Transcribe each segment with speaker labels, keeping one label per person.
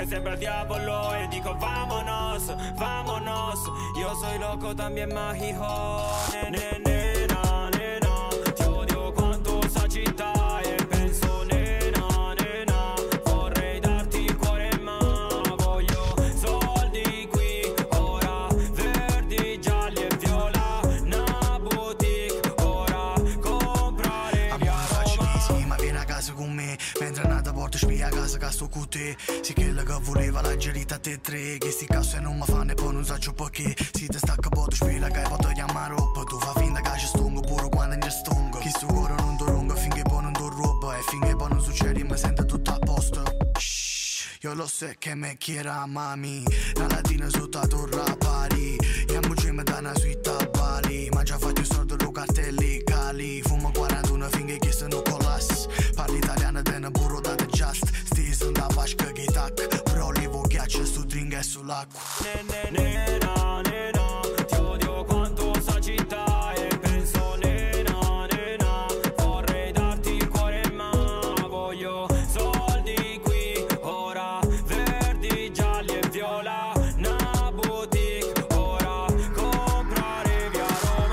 Speaker 1: sembra il diavolo e dico vámonos, vámonos. Yo soy loco también mágico. Nena, nena, ti odio quanto sta città e penso nena, nena, vorrei darti il cuore ma voglio soldi qui, ora, verdi, gialli e viola, una boutique, ora, comprare via Roma.
Speaker 2: Sì, ma vieni a casa con me, mentre andata porta spia a casa che sto con te. Sì, quella che voleva la gerita a te tre, che sti casse non mi fanno e poi non so perché. Si te stacca poi tu spila che poi ti chiama roba, tu fa finta che ci stongo pure quando non stongo. Chi sto cuore non ti runga finché poi non ti roba, e finché poi non succede mi sento tutto a posto. Shh, io lo so che me chiera mami, la latina sotto a torre a pari. Io mi gemme da una suite a Bali, ma già fatto i soldi lo cartelli legali. Fumo 41 finché che se non collass, parli italiano te ne burro da just. Stesi da vasca che tac, però levo ghiaccio su drink e sull'acqua.
Speaker 1: Nena, nena, ti odio quanto sta città e penso nena, nena, vorrei darti il cuore ma voglio soldi qui, ora, verdi, gialli e viola, una boutique, ora, comprare via Roma.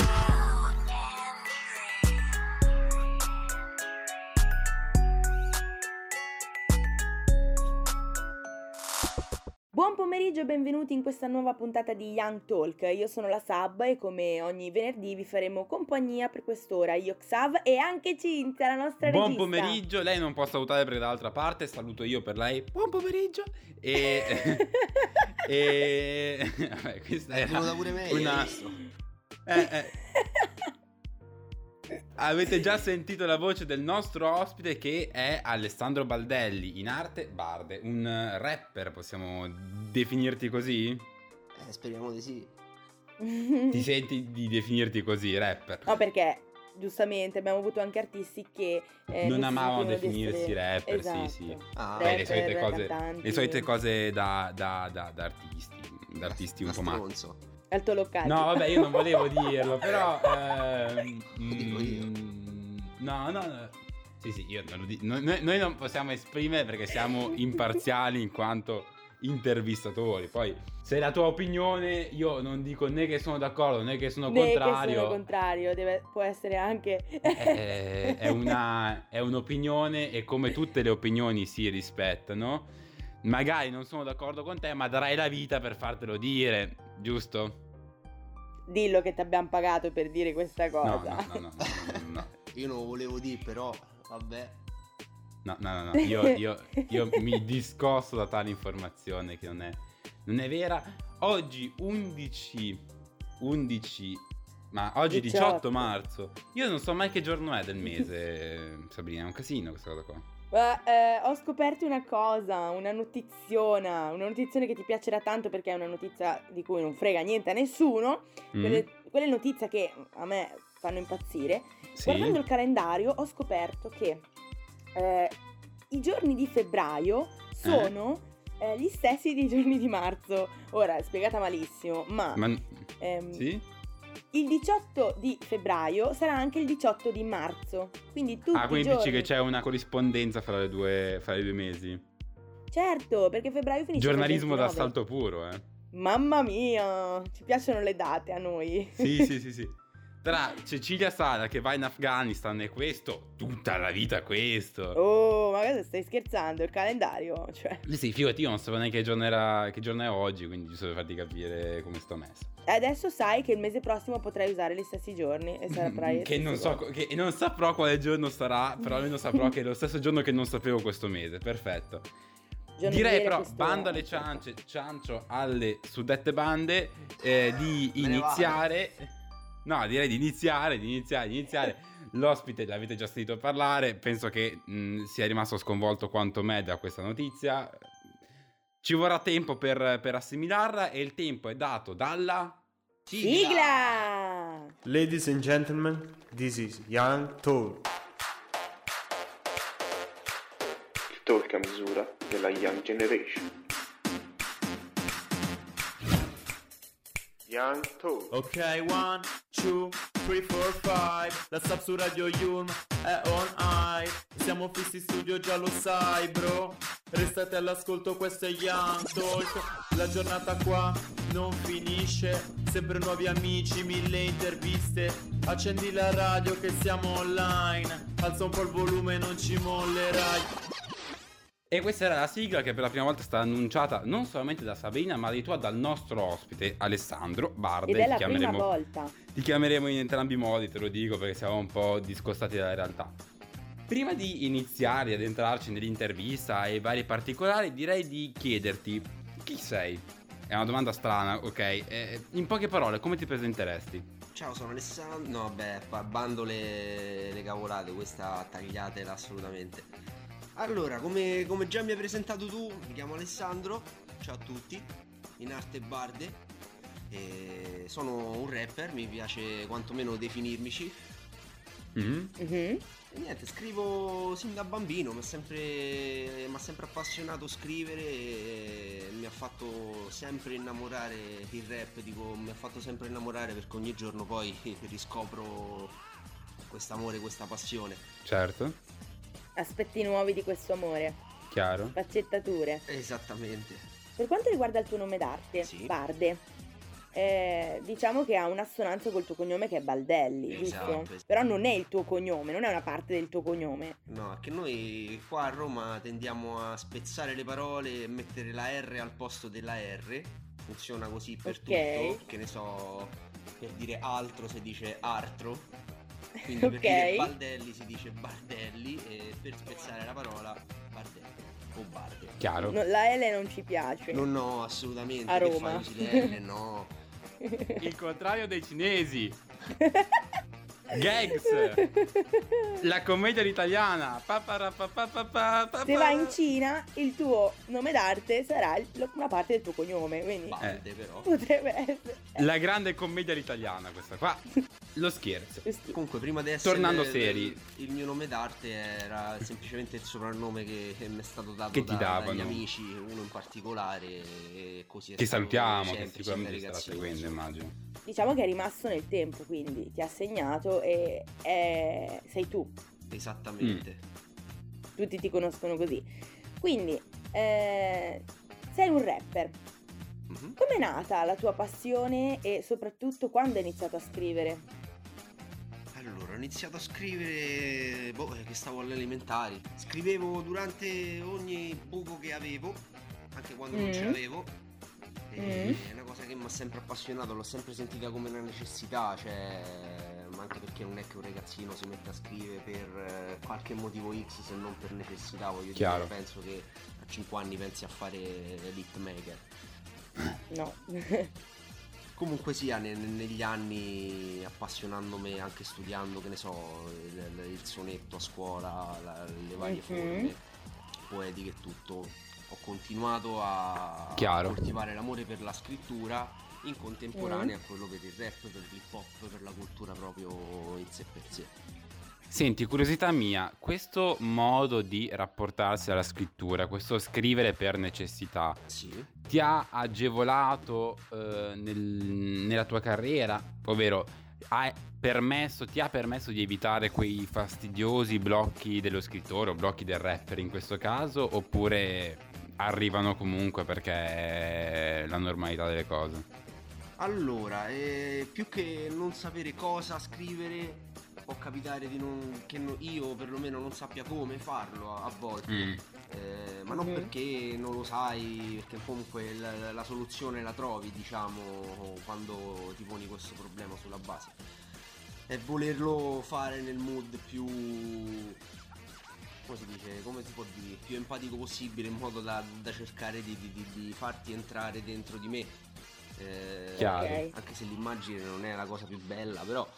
Speaker 3: Buon pomeriggio e benvenuti in questa nuova puntata di Young Talk. Io sono la Sab e come ogni venerdì vi faremo compagnia per quest'ora. Io, Xav e anche Cinzia, la nostra regista.
Speaker 4: Buon pomeriggio, lei non può salutare perché dall'altra parte saluto io per lei. Buon pomeriggio. E vabbè, questa è
Speaker 5: pure me,
Speaker 4: una Avete già sentito la voce del nostro ospite che è Alessandro Baldelli, in arte Barde, un rapper, possiamo definirti così?
Speaker 5: Speriamo di sì.
Speaker 4: Ti senti di definirti così, rapper?
Speaker 3: No, perché giustamente abbiamo avuto anche artisti che
Speaker 4: non
Speaker 3: si
Speaker 4: amavano
Speaker 3: sentivano di
Speaker 4: definirsi
Speaker 3: essere-
Speaker 4: rapper,
Speaker 3: esatto.
Speaker 4: sì.
Speaker 5: Ah,
Speaker 4: Beh,
Speaker 3: Rapper, cantanti.
Speaker 4: le solite cose da artisti un po' matti.
Speaker 5: stronzo.
Speaker 3: Altolocati.
Speaker 4: No, vabbè, io non volevo dirlo, però
Speaker 5: dico io.
Speaker 4: No. Sì, io non lo dico. Noi non possiamo esprimere perché siamo imparziali in quanto intervistatori. Poi, se è la tua opinione, io non dico né che sono d'accordo né che sono
Speaker 3: Né che
Speaker 4: contrario.
Speaker 3: sono contrario, può essere anche
Speaker 4: È un'opinione e come tutte le opinioni si rispettano. Magari non sono d'accordo con te, ma darai la vita per fartelo dire, giusto?
Speaker 3: Dillo che ti abbiamo pagato per dire questa cosa.
Speaker 4: No.
Speaker 5: Io non lo volevo dire, però vabbè.
Speaker 4: No. Io mi discosto da tale informazione che non è vera. Oggi 11, ma oggi 18 marzo. Io non so mai che giorno è del mese, Sabrina, è un casino questa cosa qua.
Speaker 3: Ho scoperto una cosa, una notiziona che ti piacerà tanto perché è una notizia di cui non frega niente a nessuno. Quelle notizie che a me fanno impazzire.
Speaker 4: Sì.
Speaker 3: Guardando il calendario ho scoperto che i giorni di febbraio sono gli stessi dei giorni di marzo. Ora, è spiegata malissimo, ma
Speaker 4: sì?
Speaker 3: il 18 di febbraio sarà anche il 18 di marzo. Quindi tutti i
Speaker 4: quindi
Speaker 3: giorni.
Speaker 4: dici che c'è una corrispondenza fra i due mesi.
Speaker 3: Certo, perché febbraio finisce
Speaker 4: Giornalismo
Speaker 3: col 29.
Speaker 4: d'assalto puro,
Speaker 3: Mamma mia, ci piacciono le date a noi.
Speaker 4: Sì. Tra Cecilia Sala che va in Afghanistan e questo, tutta la vita questo.
Speaker 3: Oh, ma cosa stai scherzando? Il calendario, cioè.
Speaker 4: Sì, figurati, io non sapevo neanche che giorno è oggi, quindi giusto per farti capire come sto messo.
Speaker 3: Adesso sai che il mese prossimo potrai usare gli stessi giorni e saprai
Speaker 4: che non saprò quale giorno sarà, però almeno saprò che è lo stesso giorno che non sapevo questo mese. Perfetto. Direi però, bando alle ciance, ciancio alle suddette bande, di iniziare. No, direi di iniziare. L'ospite l'avete già sentito parlare, penso che sia rimasto sconvolto quanto me da questa notizia. Ci vorrà tempo per assimilarla e il tempo è dato dalla
Speaker 3: sigla!
Speaker 6: Ladies and gentlemen, this is Young Talk.
Speaker 7: Il talk a misura della Young Generation. Young Talk.
Speaker 6: Ok, 1, 2, 3, 4, 5. La Sub su Radio Yulm è on air. Siamo fissi in studio, già lo sai, bro. Restate all'ascolto, questo è Young Talk. La giornata qua non finisce, sempre nuovi amici, 1000 interviste. Accendi la radio che siamo online, alza un po' il volume, non ci mollerai.
Speaker 4: E questa era la sigla che per la prima volta è stata annunciata non solamente da Sabrina, ma addirittura dal nostro ospite Alessandro Barde.
Speaker 3: Ed è la prima volta.
Speaker 4: Ti chiameremo in entrambi i modi, te lo dico, perché siamo un po' discostati dalla realtà. Prima di iniziare ad entrarci nell'intervista e vari particolari, direi di chiederti chi sei. È una domanda strana, ok? In poche parole, come ti presenteresti?
Speaker 5: Ciao, sono Alessandro. No, beh, bando le cavolate, questa tagliatela assolutamente. Allora, come già mi hai presentato tu, mi chiamo Alessandro. Ciao a tutti, in arte Barde. E sono un rapper, mi piace quantomeno definirmici. E niente, scrivo sin da bambino, mi ha sempre appassionato scrivere e mi ha fatto sempre innamorare il rap, mi ha fatto sempre innamorare perché ogni giorno poi riscopro quest'amore, questa passione.
Speaker 4: Certo.
Speaker 3: Aspetti nuovi di questo amore.
Speaker 4: Chiaro.
Speaker 3: Sfaccettature.
Speaker 5: Esattamente.
Speaker 3: Per quanto riguarda il tuo nome d'arte,
Speaker 5: Sì.
Speaker 3: Barde, diciamo che ha un'assonanza col tuo cognome che è Baldelli,
Speaker 5: Esatto.
Speaker 3: giusto? Però non è il tuo cognome, non è una parte del tuo cognome.
Speaker 5: No, è che noi qua a Roma tendiamo a spezzare le parole e mettere la R al posto della R. Funziona così per
Speaker 3: Ok.
Speaker 5: tutto. Che ne so, per dire altro si dice altro. Quindi
Speaker 3: Ok.
Speaker 5: per dire Baldelli si dice Bardelli e per spezzare la parola Bardelli o Barde.
Speaker 4: Chiaro.
Speaker 3: No, la L non ci piace.
Speaker 5: No, assolutamente.
Speaker 3: A
Speaker 5: Che
Speaker 3: Roma.
Speaker 5: fai, usi le L? No.
Speaker 4: Il contrario dei cinesi. Gags. La commedia all'italiana.
Speaker 3: Se vai in Cina, il tuo nome d'arte sarà una parte del tuo cognome, quindi
Speaker 5: Barde però.
Speaker 3: potrebbe essere.
Speaker 4: La grande commedia all'italiana, questa qua. Lo scherzo.
Speaker 5: Comunque prima di essere
Speaker 4: Tornando seri.
Speaker 5: il mio nome d'arte era semplicemente il soprannome che mi è stato dato
Speaker 4: Che ti davano.
Speaker 5: dagli amici, uno in particolare, e così è
Speaker 4: Ti
Speaker 5: stato
Speaker 4: salutiamo, che
Speaker 5: sempre,
Speaker 4: sicuramente
Speaker 5: sin
Speaker 4: ti
Speaker 5: da
Speaker 4: starà
Speaker 5: ragazzino,
Speaker 4: seguendo,
Speaker 5: insomma.
Speaker 4: immagino.
Speaker 3: Diciamo che è rimasto nel tempo, quindi ti ha segnato e sei tu.
Speaker 5: Esattamente.
Speaker 3: Tutti ti conoscono così. Quindi sei un rapper.
Speaker 5: Mhm.
Speaker 3: Com'è nata la tua passione e soprattutto quando hai iniziato a scrivere?
Speaker 5: Allora, ho iniziato a scrivere che stavo alle elementari. Scrivevo durante ogni buco che avevo, anche quando non ce l'avevo. E è una cosa che mi ha sempre appassionato, l'ho sempre sentita come una necessità, cioè, ma anche perché non è che un ragazzino si mette a scrivere per qualche motivo X se non per necessità, voglio
Speaker 4: Chiaro.
Speaker 5: dire, penso che a 5 anni pensi a fare l'hitmaker.
Speaker 3: No.
Speaker 5: Comunque sia, negli anni appassionandomi, anche studiando, che ne so, il sonetto a scuola, le varie forme poetiche e tutto, ho continuato a
Speaker 4: Chiaro.
Speaker 5: coltivare l'amore per la scrittura in contemporanea a quello per il rap, per l'hip hop, per la cultura proprio in sé per sé.
Speaker 4: Senti, curiosità mia, questo modo di rapportarsi alla scrittura, questo scrivere per necessità,
Speaker 5: Sì.
Speaker 4: ti ha agevolato nella tua carriera? Ovvero, ti ha permesso di evitare quei fastidiosi blocchi dello scrittore o blocchi del rapper in questo caso? Oppure arrivano comunque perché è la normalità delle cose?
Speaker 5: Allora, più che non sapere cosa scrivere, può capitare di io perlomeno non sappia come farlo a volte. Ma non perché non lo sai, perché comunque la soluzione la trovi, diciamo, quando ti poni questo problema sulla base. È volerlo fare nel mood più, come si dice, come si può dire, più empatico possibile, in modo da cercare di farti entrare dentro di me.
Speaker 4: Chiaro.
Speaker 3: Ok.
Speaker 5: Anche se l'immagine non è la cosa più bella, però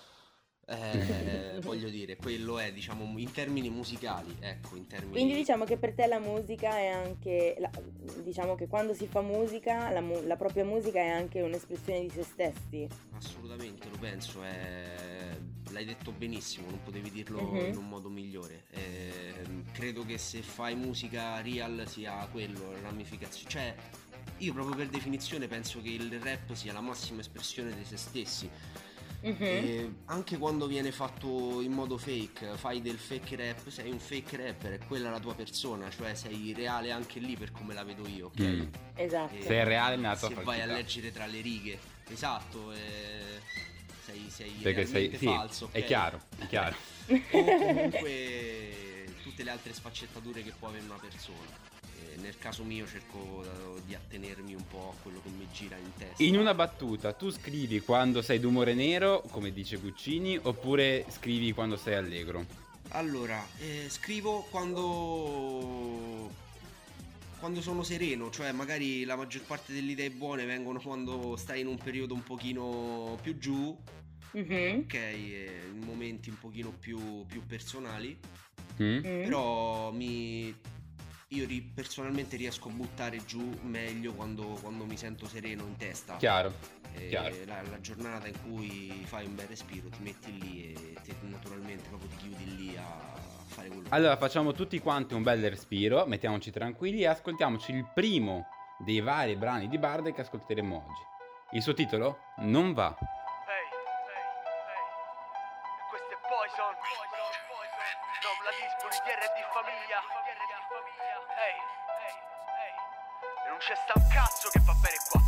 Speaker 5: voglio dire, quello è, diciamo, in termini musicali, ecco, in termini...
Speaker 3: Quindi diciamo che per te la musica è anche, diciamo che quando si fa musica, la propria musica è anche un'espressione di se stessi.
Speaker 5: Assolutamente, lo penso, l'hai detto benissimo, non potevi dirlo in un modo migliore. Credo che se fai musica real sia quello, la ramificazione, cioè io proprio per definizione penso che il rap sia la massima espressione di se stessi. E anche quando viene fatto in modo fake, fai del fake rap, sei un fake rapper, è quella la tua persona, cioè sei reale anche lì per come la vedo io, ok?
Speaker 3: Esatto.
Speaker 4: Sei reale nella tua
Speaker 5: se
Speaker 4: falsità.
Speaker 5: vai a leggere tra le righe, esatto, sei
Speaker 4: Perché
Speaker 5: realmente
Speaker 4: sì,
Speaker 5: falso, ok?
Speaker 4: è chiaro.
Speaker 5: O comunque tutte le altre sfaccettature che può avere una persona. Nel caso mio cerco di attenermi un po' a quello che mi gira in testa.
Speaker 4: In una battuta, tu scrivi quando sei d'umore nero, come dice Guccini, oppure scrivi quando sei allegro?
Speaker 5: Allora, scrivo quando sono sereno, cioè magari la maggior parte delle idee buone vengono quando stai in un periodo un pochino più giù, ok, in momenti un pochino più personali, però io personalmente riesco a buttare giù meglio quando mi sento sereno in testa.
Speaker 4: Chiaro.
Speaker 5: La giornata in cui fai un bel respiro, ti metti lì e naturalmente proprio ti chiudi lì a fare quello che
Speaker 4: Allora facciamo tutti quanti un bel respiro, mettiamoci tranquilli e ascoltiamoci il primo dei vari brani di Bard che ascolteremo oggi. Il suo titolo? Non va.
Speaker 8: Questo è Poison. Dom la disco di terra e di famiglia. E non c'è sta un cazzo che va bene qua.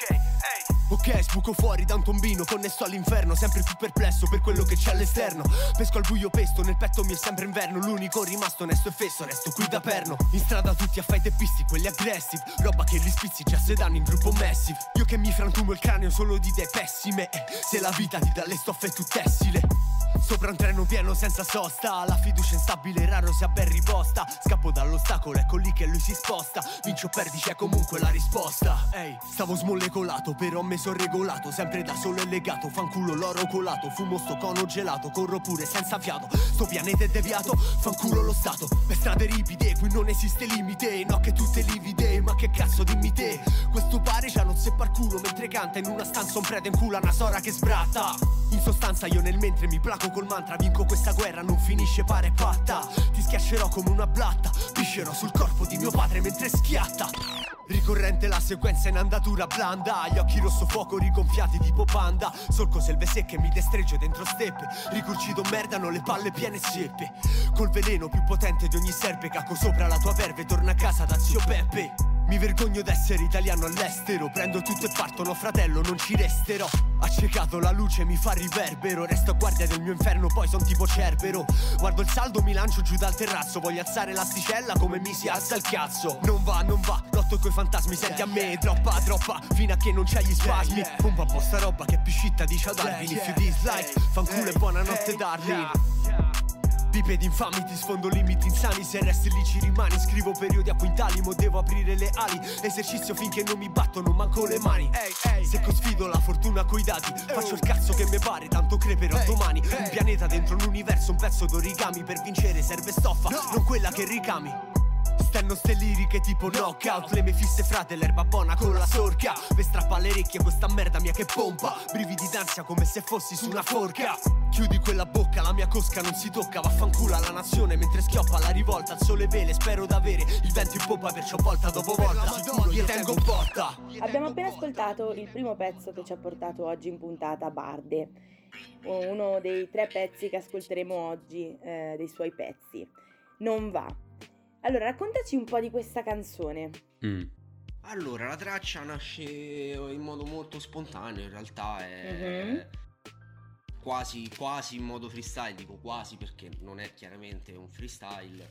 Speaker 8: Ok, sbuco fuori da un tombino connesso all'inferno, sempre più perplesso per quello che c'è all'esterno. Pesco al buio pesto, nel petto mi è sempre inverno. L'unico rimasto onesto e fesso, resto qui da perno. In strada tutti a fight e pisti, quelli aggressive. Roba che li spizzi già se danno in gruppo massive. Io che mi frantumo il cranio solo di idee pessime. Se la vita ti dà le stoffe tu tessile. Sopra un treno pieno senza sosta, la fiducia instabile raro sia ben riposta. Scappo dall'ostacolo, ecco lì che lui si sposta. Vinci o perdi c'è comunque la risposta. Stavo smollecolato però me son regolato. Sempre da solo e legato, fanculo l'oro colato. Fumo sto cono gelato, corro pure senza fiato. Sto pianeta è deviato, fanculo lo stato. Per strade ripide, qui non esiste limite. No che tutte livide, ma che cazzo dimmi te. Questo pare c'ha non seppar culo mentre canta in una stanza un prete in culo a una sora che sbratta. In sostanza io nel mentre mi placo col mantra. Vinco questa guerra, non finisce pare fatta. Ti schiaccerò come una blatta. Piscerò sul corpo di mio padre mentre schiatta. Ricorrente la sequenza in andatura blanda. Gli occhi rosso fuoco rigonfiati tipo panda. Solco selve secche mi destreggio dentro steppe. Ricurcido merdano le palle piene seppe. Col veleno più potente di ogni serpe. Cacco sopra la tua verve, torna a casa da zio Peppe. Mi vergogno d'essere italiano all'estero. Prendo tutto e partono fratello, non ci resterò. Accecato la luce mi fa riverbero. Resto a guardia del mio inferno, poi son tipo Cerbero. Guardo il saldo, mi lancio giù dal terrazzo. Voglio alzare l'asticella come mi si alza il cazzo. Non va, lotto coi fantasmi, senti a me. Troppa, fino a che non c'hai gli spasmi. Pompa un po' sta roba che è piscitta di Darwin. If you dislike, fanculo e buonanotte Darwin. Pipe d'infami, ti sfondo limiti insani. Se resti lì ci rimani. Scrivo periodi a quintali, mo devo aprire le ali. Esercizio finché non mi battono manco le mani. Se sfido la fortuna coi dati, faccio il cazzo che mi pare, tanto creperò domani. Un pianeta dentro un universo, un pezzo d'origami. Per vincere serve stoffa, non quella che ricami. Stenno ste liriche tipo knockout. Le mie fisse frate, l'erba buona con la sorca. Per strappa le orecchie questa merda mia che pompa. Brividi d'ansia come se fossi su una forca. Chiudi quella bocca, la mia cosca non si tocca. Vaffanculo alla nazione mentre schioppa la rivolta. Al sole vele, spero d'avere il vento in poppa. Perciò volta dopo volta, sicuro io tengo botta.
Speaker 3: Abbiamo appena ascoltato il primo pezzo che ci ha portato oggi in puntata Barde. Uno dei 3 pezzi che ascolteremo oggi, dei suoi pezzi. Non va. Allora, raccontaci un po' di questa canzone.
Speaker 5: Allora, la traccia nasce in modo molto spontaneo, in realtà è quasi in modo freestyle. Dico quasi perché non è chiaramente un freestyle.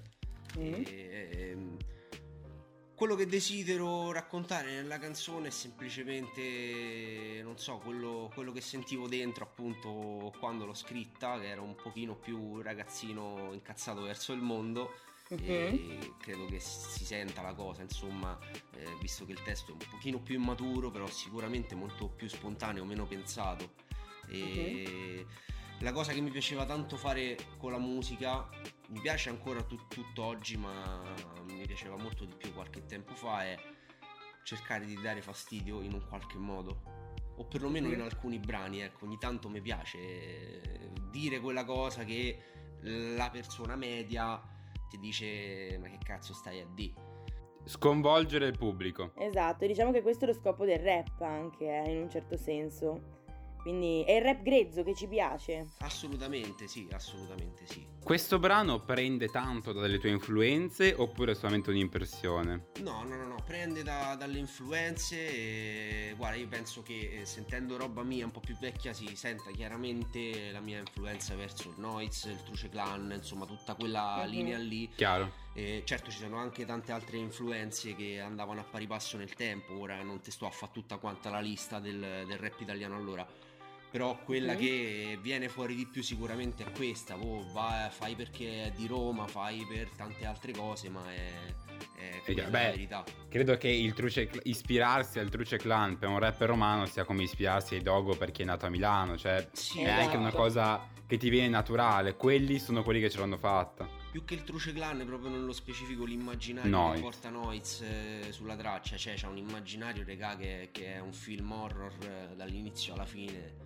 Speaker 5: Quello che desidero raccontare nella canzone è semplicemente, non so, quello che sentivo dentro appunto quando l'ho scritta, che era un pochino più ragazzino incazzato verso il mondo. E credo che si senta la cosa, insomma, visto che il testo è un pochino più immaturo, però sicuramente molto più spontaneo, meno pensato. E la cosa che mi piaceva tanto fare con la musica, mi piace ancora tutt'oggi, ma mi piaceva molto di più qualche tempo fa, è cercare di dare fastidio in un qualche modo, o perlomeno in alcuni brani. Ecco, ogni tanto mi piace dire quella cosa che la persona media ti dice ma che cazzo stai a di?
Speaker 4: Sconvolgere il pubblico.
Speaker 3: Esatto, diciamo che questo è lo scopo del rap anche, in un certo senso. Quindi è il rap grezzo che ci piace.
Speaker 5: Assolutamente sì.
Speaker 4: Questo brano prende tanto dalle tue influenze oppure è solamente un'impressione?
Speaker 5: No, prende dalle influenze e guarda, io penso che sentendo roba mia un po' più vecchia si senta chiaramente la mia influenza verso il Noiz, il Truce Clan, insomma tutta quella linea lì.
Speaker 4: Chiaro.
Speaker 5: Certo ci sono anche tante altre influenze che andavano a pari passo nel tempo, ora non te sto a fare tutta quanta la lista del rap italiano allora, però quella che viene fuori di più sicuramente è questa. Fai perché è di Roma, fai per tante altre cose, ma è la verità.
Speaker 4: Credo che ispirarsi al Truce Clan per un rapper romano sia come ispirarsi ai Dogo per chi è nato a Milano, cioè è anche una cosa che ti viene naturale. Quelli sono quelli che ce l'hanno fatta.
Speaker 5: Più che il Truce Clan, proprio nello specifico l'immaginario che porta Noiz sulla traccia, cioè c'ha un immaginario, regà, che è un film horror dall'inizio alla fine.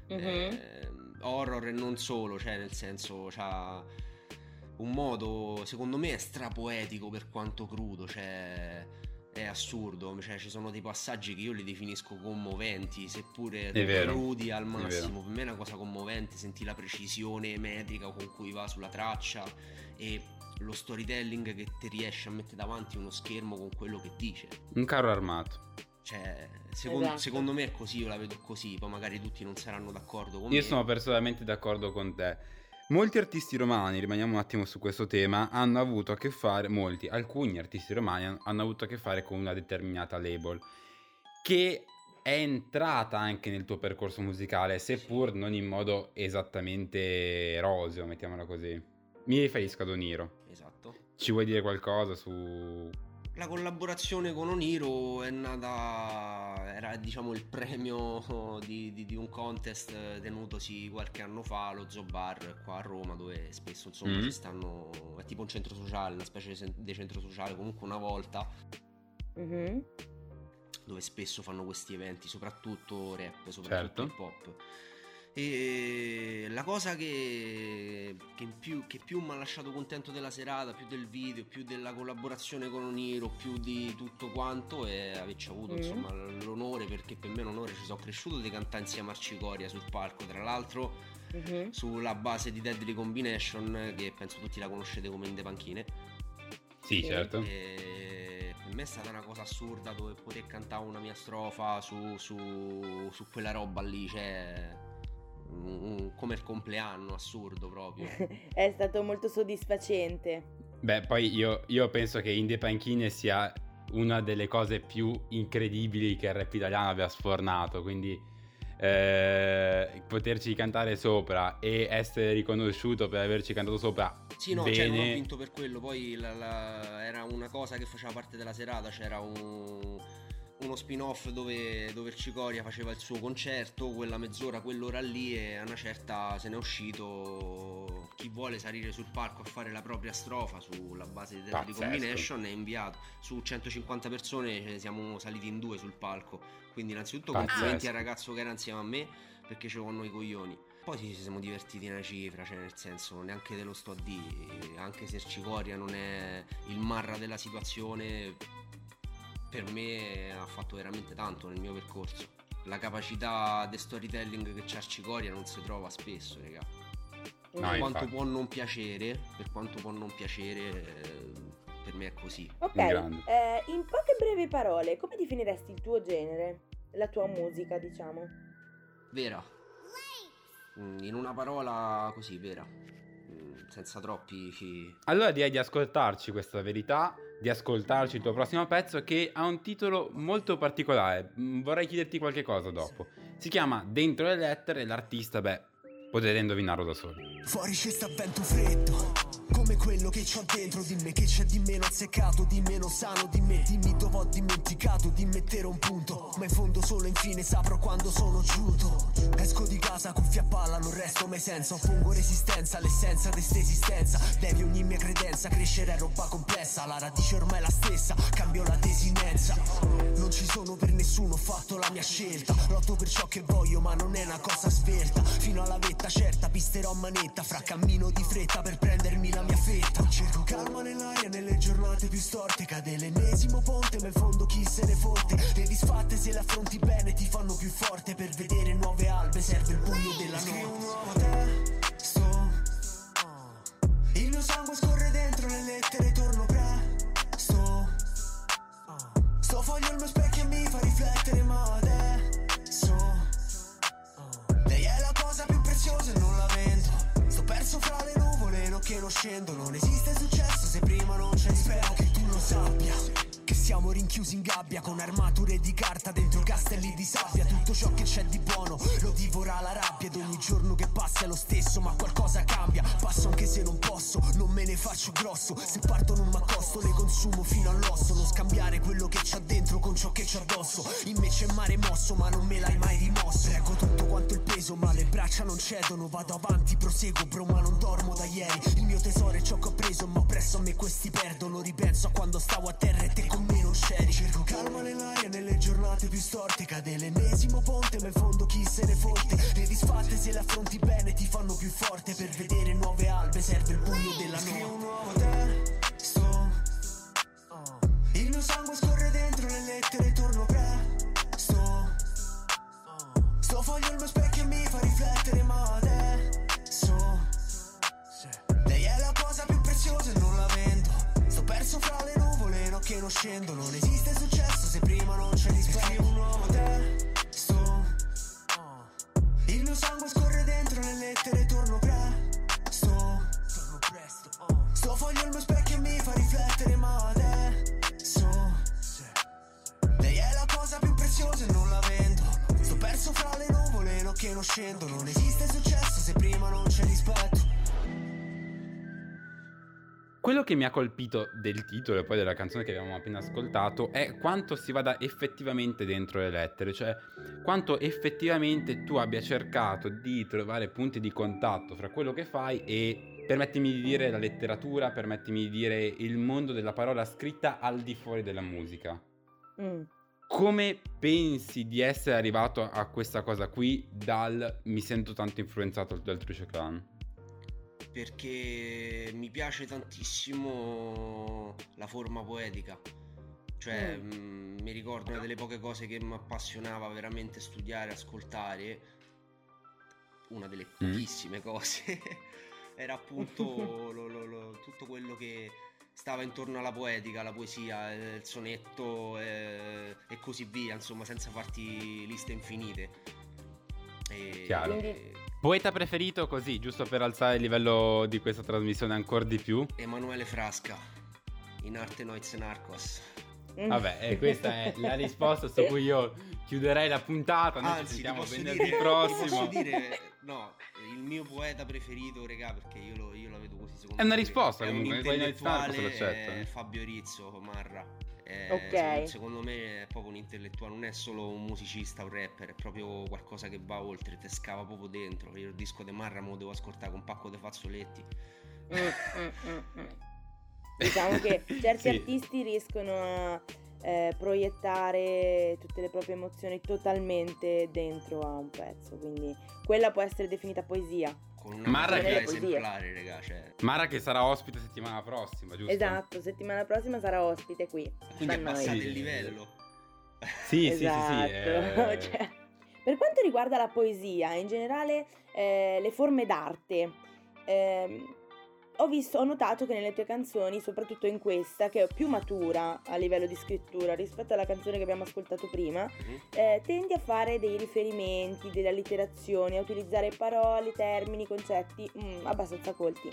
Speaker 5: Horror e non solo, cioè nel senso c'ha un modo, secondo me, è strapoetico per quanto crudo, cioè è assurdo, cioè ci sono dei passaggi che io li definisco commoventi, seppure crudi al massimo. Per me è una cosa commovente, senti la precisione metrica con cui va sulla traccia e lo storytelling che ti riesce a mettere davanti uno schermo con quello che dice.
Speaker 4: Un carro armato.
Speaker 5: Cioè, secondo me è così, io la vedo così, poi magari tutti non saranno d'accordo con me.
Speaker 4: Io sono personalmente d'accordo con te. Molti artisti romani, rimaniamo un attimo su questo tema, hanno avuto a che fare, alcuni artisti romani hanno avuto a che fare con una determinata label che è entrata anche nel tuo percorso musicale, seppur non in modo esattamente roseo, mettiamola così. Mi riferisco ad Oniro.
Speaker 5: Esatto.
Speaker 4: Ci vuoi dire qualcosa su...
Speaker 5: La collaborazione con Oniro è nata, era diciamo il premio di un contest tenutosi qualche anno fa, lo Zoo Bar qua a Roma, dove spesso insomma ci stanno, è tipo un centro sociale, una specie di centro sociale comunque una volta, dove spesso fanno questi eventi, soprattutto rap, soprattutto hip hop. E la cosa che più mi ha lasciato contento della serata, più del video, più della collaborazione con Oniro, più di tutto quanto, è averci avuto insomma l'onore, perché per me è un onore, ci sono cresciuto di cantare insieme a Arcicoria sul palco, tra l'altro sulla base di Deadly Combination, che penso tutti la conoscete come In The Panchine.
Speaker 4: Sì, certo.
Speaker 5: E per me è stata una cosa assurda dove poter cantare una mia strofa su quella roba lì, cioè come il compleanno, assurdo proprio.
Speaker 3: È stato molto soddisfacente.
Speaker 4: Beh, poi io penso che In The Panchine sia una delle cose più incredibili che il rap italiano abbia sfornato, quindi poterci cantare sopra e essere riconosciuto per averci cantato sopra.
Speaker 5: Sì, no,
Speaker 4: bene.
Speaker 5: Cioè non ho vinto per quello, poi era una cosa che faceva parte della serata, c'era uno spin-off dove il Cicoria faceva il suo concerto, quella mezz'ora, quell'ora lì, e a una certa se n'è uscito chi vuole salire sul palco a fare la propria strofa sulla base di Combination, è inviato. Su 150 persone siamo saliti in 2 sul palco, quindi innanzitutto complimenti al ragazzo che era insieme a me, perché c'avevo noi coglioni. Poi ci siamo divertiti una cifra, cioè nel senso, neanche te lo sto a dire, anche se il Cicoria non è il Marra della situazione, per me ha fatto veramente tanto nel mio percorso. La capacità di storytelling che c'ha Cicoria non si trova spesso, raga. Per quanto può non piacere, per me è così.
Speaker 3: Ok, in poche brevi parole, come definiresti il tuo genere? La tua musica, diciamo.
Speaker 5: Vera. In una parola così, vera. Senza troppi...
Speaker 4: Allora direi di ascoltarci questa verità, di ascoltarci il tuo prossimo pezzo, che ha un titolo molto particolare. Vorrei chiederti qualche cosa dopo. Si chiama Dentro le lettere e l'artista, potete indovinarlo da soli.
Speaker 8: Fuori c'è sta vento freddo, come quello che c'ho dentro di me, che c'è di meno azzeccato, di meno sano di me. Dimmi dove ho dimenticato di mettere un punto, ma in fondo solo infine saprò quando sono giunto. Esco di casa, cuffia a palla, non resto mai senza. Oppongo resistenza all'essenza di st'esistenza. Devi ogni mia credenza, crescere è roba complessa. La radice ormai è la stessa, cambio la desinenza. Non ci sono per nessuno, ho fatto la mia scelta. Lotto per ciò che voglio, ma non è una cosa svelta. Fino alla vetta certa, pisterò a manetta. Fra cammino di fretta per prendermi la mia fetta. Cerco calma nell'aria, nelle giornate più storte. Cade l'ennesimo ponte, ma in fondo chi se ne fotte. Le disfatte se le affronti bene ti fanno più forte. Per vedere nuove albe serve con armature di carta dentro castelli di sabbia. Tutto ciò che c'è di buono lo divora la rabbia, ed ogni giorno che passa è lo stesso, ma qualcosa cambia. Passo anche se non posso, non me ne faccio grosso. Se parto non m'accosto, le consumo fino all'osso. Non scambiare quello che c'ho dentro con ciò che c'ho addosso. In me c'è mare mosso, ma non me l'hai mai rimosso. Reggo tutto quanto il peso, ma le braccia non cedono. Vado avanti, proseguo, bro, ma non dormo da ieri. Il mio tesoro è ciò che ho preso, ma presso a me questi perdono. Ripenso a quando stavo a terra e te con me non c'eri. Cerco calma nell'aria nelle giornate più storte. Cade l'ennesimo ponte, ma in fondo chi se ne fotte. Le disfatte se le affronti bene ti fanno più forte. Per vedere nuove albe serve il buio della notte. Scrivo un nuovo testo, il mio sangue scorre dentro le lettere, torno presto. Sto foglio il mio specchio e mi fa riflettere, ma adesso lei è la cosa più preziosa e non la vendo. Sto perso fra le nuvole, no che non scendo. Non esiste successo se prima non c'è rispetto. Scrivo un nuovo testo, il mio sangue scorre dentro le lettere, torno presto. Sto foglio il mio specchio e mi fa riflettere, ma adesso lei è la cosa più preziosa e non la vendo. Sto perso fra le nuvole, no che non scendo. Non esiste successo se prima non c'è rispetto.
Speaker 4: Quello che mi ha colpito del titolo e poi della canzone che abbiamo appena ascoltato è quanto si vada effettivamente dentro le lettere, cioè quanto effettivamente tu abbia cercato di trovare punti di contatto fra quello che fai e, permettimi di dire, la letteratura, permettimi di dire il mondo della parola scritta al di fuori della musica. Come pensi di essere arrivato a questa cosa qui dal mi sento tanto influenzato dal Truce Clan?
Speaker 5: Perché mi piace tantissimo la forma poetica, cioè mi ricordo una delle poche cose che mi appassionava veramente studiare, ascoltare, una delle pochissime cose era appunto tutto quello che stava intorno alla poetica, la poesia, il sonetto e così via, insomma, senza farti liste infinite.
Speaker 4: Chiaro. Poeta preferito, così, giusto per alzare il livello di questa trasmissione ancora di più?
Speaker 5: Emanuele Frasca, in arte Noiz Narcos.
Speaker 4: Vabbè, e questa è la risposta su cui io chiuderei la puntata. Noi ci sentiamo venerdì prossimo.
Speaker 5: Posso dire, no, il mio poeta preferito, regà, perché io la vedo così, secondo
Speaker 4: me. È una
Speaker 5: me,
Speaker 4: risposta,
Speaker 5: è
Speaker 4: comunque,
Speaker 5: un intellettuale, Fabio Rizzo, Marra. Secondo me è proprio un intellettuale, non è solo un musicista, un rapper, è proprio qualcosa che va oltre, te scava proprio dentro. Io il disco di Marra me lo devo ascoltare con un pacco di fazzoletti.
Speaker 3: Diciamo che certi artisti riescono a proiettare tutte le proprie emozioni totalmente dentro a un pezzo, quindi quella può essere definita poesia.
Speaker 5: Con una Marra che è esemplare, raga, cioè.
Speaker 4: Marra che sarà ospite settimana prossima, giusto?
Speaker 3: Esatto, settimana prossima sarà ospite qui.
Speaker 5: Quindi abbassate il livello.
Speaker 4: Sì,
Speaker 3: esatto.
Speaker 4: Sì.
Speaker 3: Cioè, per quanto riguarda la poesia, in generale le forme d'arte, ho notato che nelle tue canzoni, soprattutto in questa, che è più matura a livello di scrittura rispetto alla canzone che abbiamo ascoltato prima, tendi a fare dei riferimenti, delle allitterazioni, a utilizzare parole, termini, concetti abbastanza colti.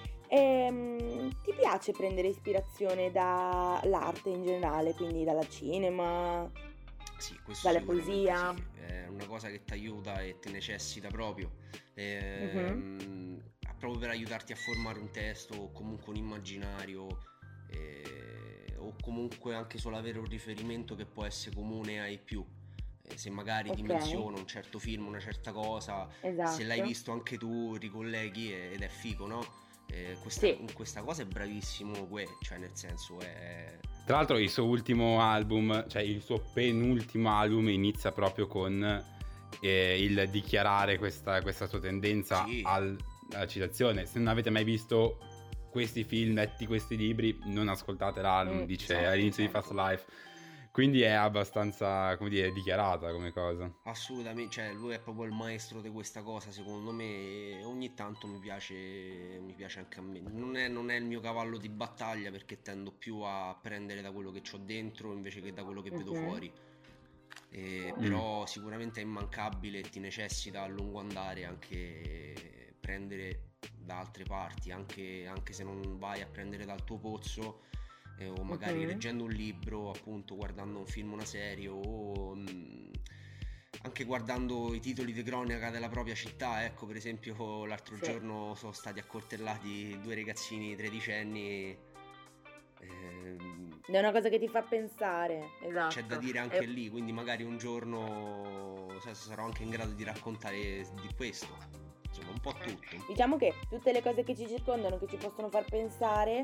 Speaker 3: Ti piace prendere ispirazione dall'arte in generale, quindi dalla cinema,
Speaker 5: sì, questo
Speaker 3: dalle poesia?
Speaker 5: Sì. È una cosa che ti aiuta e te necessita proprio. Proprio per aiutarti a formare un testo o comunque un immaginario o comunque anche solo avere un riferimento che può essere comune ai più. Se magari ti menziona un certo film, una certa cosa, se l'hai visto anche tu ricolleghi ed è figo, no? Questa cosa è bravissimo, cioè nel senso è...
Speaker 4: Tra l'altro il suo ultimo album, cioè il suo penultimo album inizia proprio con il dichiarare questa sua tendenza alla citazione. Se non avete mai visto questi film, letti questi libri, non ascoltate l'album, dice all'inizio di Fast Life. Quindi è abbastanza, come dire, dichiarata come cosa.
Speaker 5: Assolutamente, cioè lui è proprio il maestro di questa cosa, secondo me, e ogni tanto mi piace anche a me. Non è il mio cavallo di battaglia, perché tendo più a prendere da quello che c'ho dentro invece che da quello che vedo fuori. Però sicuramente è immancabile e ti necessita a lungo andare anche prendere da altre parti, anche se non vai a prendere dal tuo pozzo. o magari leggendo un libro, appunto guardando un film, una serie, o anche guardando i titoli di cronaca della propria città. Ecco, per esempio l'altro giorno sono stati accoltellati 2 ragazzini tredicenni.
Speaker 3: È una cosa che ti fa pensare, esatto.
Speaker 5: C'è da dire anche lì, quindi magari un giorno sarò anche in grado di raccontare di questo, insomma un po' tutto.
Speaker 3: Diciamo che tutte le cose che ci circondano, che ci possono far pensare,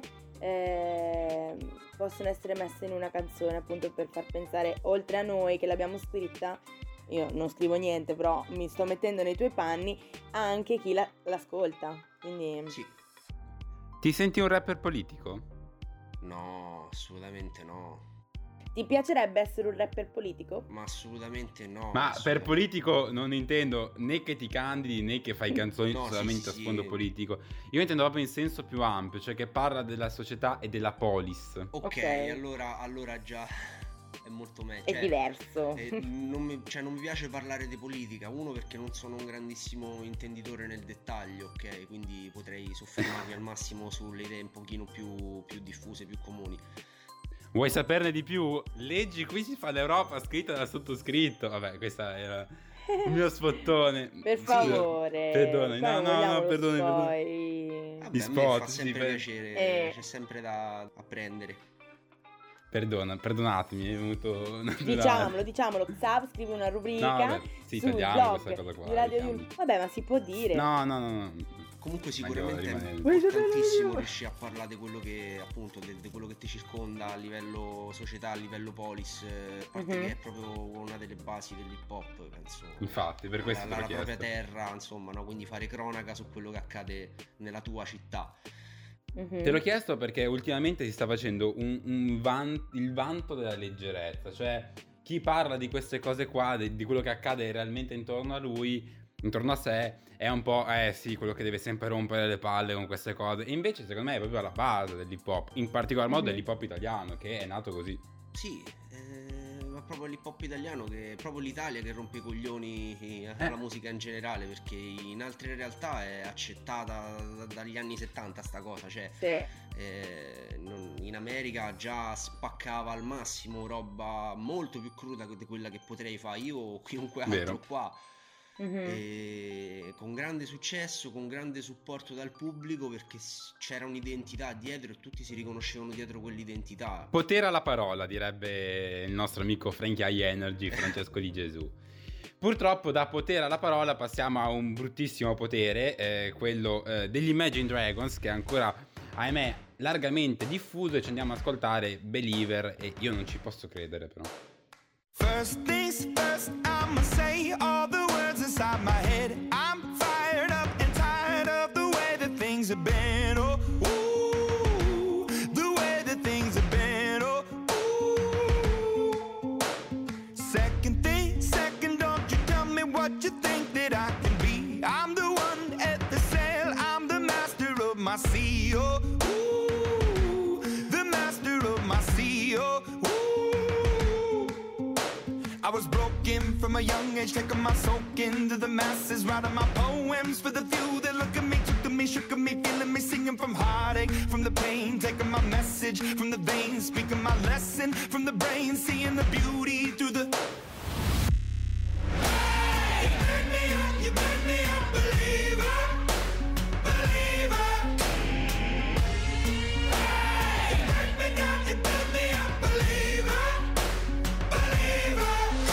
Speaker 3: possono essere messe in una canzone, appunto per far pensare, oltre a noi che l'abbiamo scritta, io non scrivo niente, però mi sto mettendo nei tuoi panni, anche chi l'ascolta, quindi...
Speaker 5: Sì.
Speaker 4: Ti senti un rapper politico?
Speaker 5: No, assolutamente no.
Speaker 3: Ti piacerebbe essere un rapper politico?
Speaker 5: Ma assolutamente no.
Speaker 4: Ma per politico non intendo né che ti candidi né che fai canzoni solamente a sfondo politico. Io intendo proprio in senso più ampio, cioè che parla della società e della polis.
Speaker 5: Ok, allora già è molto meglio.
Speaker 3: È diverso.
Speaker 5: Non mi piace parlare di politica. Uno, perché non sono un grandissimo intenditore nel dettaglio, ok? Quindi potrei soffermarmi al massimo sulle idee un pochino più diffuse, più comuni.
Speaker 4: Vuoi saperne di più? Leggi Qui si fa l'Europa, scritta da sottoscritto. Vabbè, questa era il mio sfottone.
Speaker 3: Per favore.
Speaker 4: Perdonami, no, perdonami.
Speaker 5: Vabbè, a me fa sempre piacere, c'è sempre da apprendere.
Speaker 4: Perdonatemi, è venuto...
Speaker 3: Diciamolo, Xav scrive una rubrica.
Speaker 4: No, vabbè, sì,
Speaker 3: sul
Speaker 4: tagliamo
Speaker 3: blog
Speaker 4: questa cosa qua.
Speaker 3: di Radio Yulm. Vabbè, ma si può dire.
Speaker 4: No.
Speaker 5: Comunque sicuramente è importantissimo riuscire a parlare di quello che, appunto, di quello che ti circonda a livello società, a livello polis, a parte che è proprio una delle basi dell'hip hop, penso.
Speaker 4: Infatti, per questo
Speaker 5: la propria terra, insomma, no? Quindi fare cronaca su quello che accade nella tua città.
Speaker 4: Te l'ho chiesto perché ultimamente si sta facendo il vanto della leggerezza, cioè chi parla di queste cose qua, di quello che accade realmente intorno a lui, intorno a sé, è un po' sì, quello che deve sempre rompere le palle con queste cose. E invece secondo me è proprio alla base dell'hip hop, in particolar modo dell'hip hop italiano, che è nato così.
Speaker 5: Sì, ma proprio l'hip hop italiano, che è proprio l'Italia che rompe i coglioni alla musica in generale, perché in altre realtà è accettata dagli anni 70 sta cosa, cioè in America già spaccava al massimo roba molto più cruda di quella che potrei fare io o chiunque altro qua. E con grande successo, con grande supporto dal pubblico, perché c'era un'identità dietro e tutti si riconoscevano dietro quell'identità.
Speaker 4: Potere alla parola, direbbe il nostro amico Frankie High Energy, Francesco Di Gesù. Purtroppo da potere alla parola passiamo a un bruttissimo potere, quello degli Imagine Dragons, che è ancora, ahimè, largamente diffuso, e ci andiamo ad ascoltare Believer, e io non ci posso credere però.
Speaker 9: First things first, I'ma say all the words inside my head. I'm fired up and tired of the way that things have been. Oh, ooh, the way that things have been. Oh, ooh. Second thing, don't you tell me what you think that I can be. I'm the one at the sail, I'm the master of my sea. Oh, ooh, the master of my sea. Oh, I was broken from a young age, taking my soak into the masses, writing my poems for the few that look at me, took to me, shook at me, feeling me, singing from heartache, from the pain, taking my message from the veins, speaking my lesson from the brain, seeing the beauty through the... Hey, you burn me up, believer, believer. Hey, you burn me down, you burn me up, believer, believer.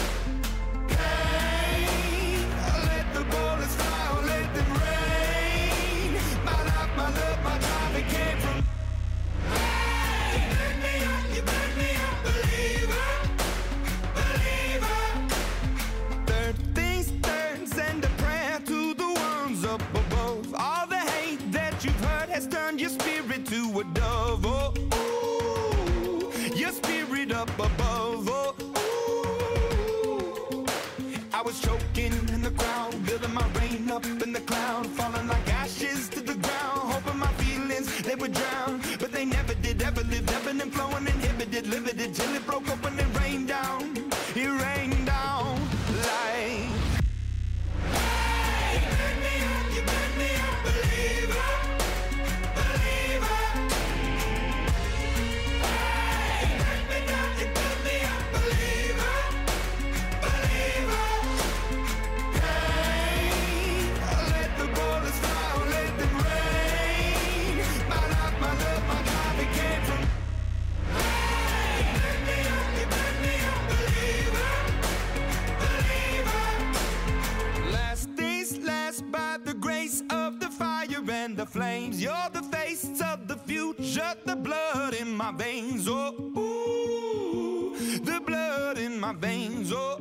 Speaker 9: Turned your spirit to a dove, oh, ooh, your spirit up above, oh, ooh. I was choking in the crowd, building my rain up in the cloud, falling like ashes to the ground, hoping my feelings, they would drown, but they never did, ever lived, ebbing and flowing, inhibited, limited, till it broke open and rained down, it rained down like... Hey, you burn me up, believer. flames. You're the face of the future, the blood in my veins. Oh, ooh, the blood in my veins. Oh,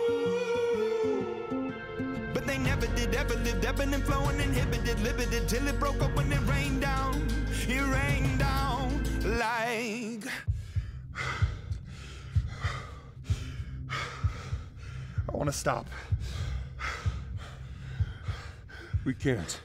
Speaker 9: ooh. But they never did, ever lived, ebbing and flowing, inhibited, limited, till it broke up when it rained down. It rained down like... I want to stop. We can't.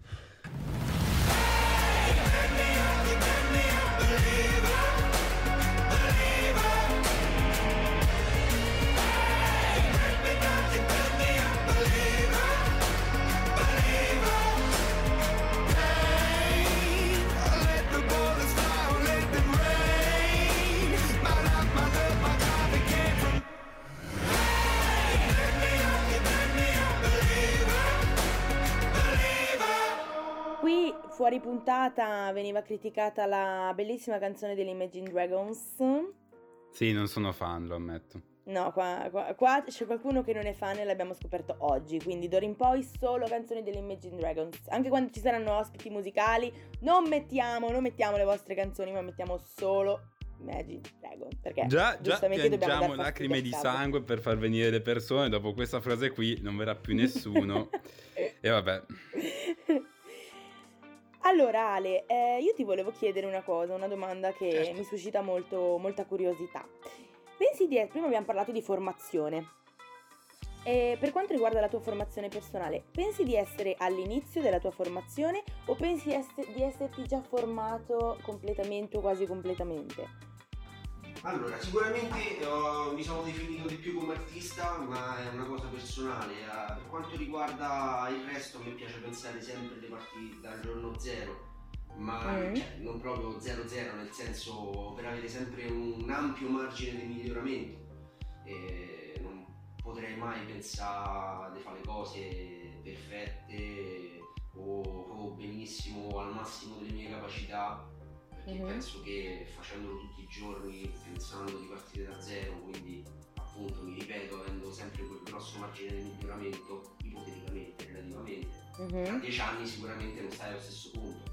Speaker 3: Fuori puntata veniva criticata la bellissima canzone degli Imagine Dragons.
Speaker 4: Sì, non sono fan, lo ammetto.
Speaker 3: No, qua c'è qualcuno che non è fan e l'abbiamo scoperto oggi, quindi d'ora in poi solo canzoni degli Imagine Dragons. Anche quando ci saranno ospiti musicali non mettiamo le vostre canzoni, ma mettiamo solo Imagine Dragons, perché
Speaker 4: già
Speaker 3: giustamente
Speaker 4: piangiamo lacrime di sangue per far venire le persone. Dopo questa frase qui non verrà più nessuno. E vabbè.
Speaker 3: Allora Ale, io ti volevo chiedere una domanda che mi suscita molta curiosità. Prima abbiamo parlato di formazione. Per quanto riguarda la tua formazione personale, pensi di essere all'inizio della tua formazione o pensi di esserti già formato completamente o quasi completamente?
Speaker 5: Allora, sicuramente mi sono definito di più come artista, ma è una cosa personale. Per quanto riguarda il resto, mi piace pensare sempre di partire dal giorno zero, ma non proprio 0-0, nel senso per avere sempre un ampio margine di miglioramento. Non potrei mai pensare di fare le cose perfette o benissimo al massimo delle mie capacità. Perché penso che facendolo tutti i giorni, pensando di partire da zero, quindi appunto mi ripeto, avendo sempre quel grosso margine di miglioramento, ipoteticamente, relativamente, tra 10 anni sicuramente non stai allo stesso punto.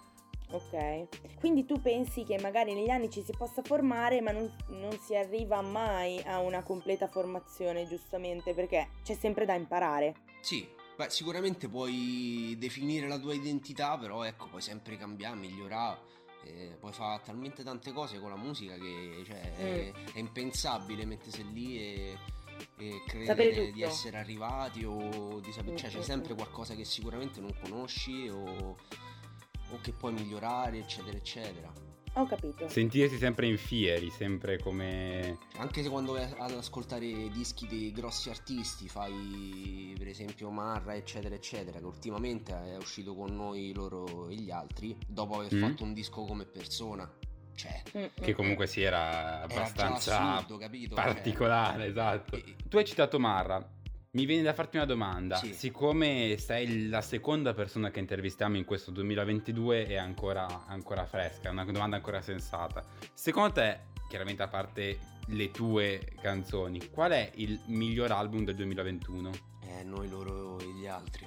Speaker 3: Ok, quindi tu pensi che magari negli anni ci si possa formare, ma non si arriva mai a una completa formazione, giustamente, perché c'è sempre da imparare.
Speaker 5: Sì, beh, sicuramente puoi definire la tua identità, però ecco, puoi sempre cambiare, migliorare. Puoi fare talmente tante cose con la musica che è impensabile mettersi lì e credere di essere arrivati o di sapere, c'è sempre qualcosa che sicuramente non conosci o che puoi migliorare, eccetera eccetera.
Speaker 3: Ho capito.
Speaker 4: Sentirsi sempre in fieri, sempre come...
Speaker 5: Anche se quando vai ad ascoltare dischi di grossi artisti, fai per esempio Marra, eccetera eccetera, che ultimamente è uscito con noi loro e gli altri, dopo aver fatto un disco come Persona,
Speaker 4: che comunque si era abbastanza
Speaker 5: assurdo, capito?
Speaker 4: particolare, esatto. Tu hai citato Marra. Mi viene da farti una domanda, siccome sei la seconda persona che intervistiamo in questo 2022 è ancora fresca, è una domanda ancora sensata. Secondo te, chiaramente a parte le tue canzoni, qual è il miglior album del 2021?
Speaker 5: Noi, loro e gli altri.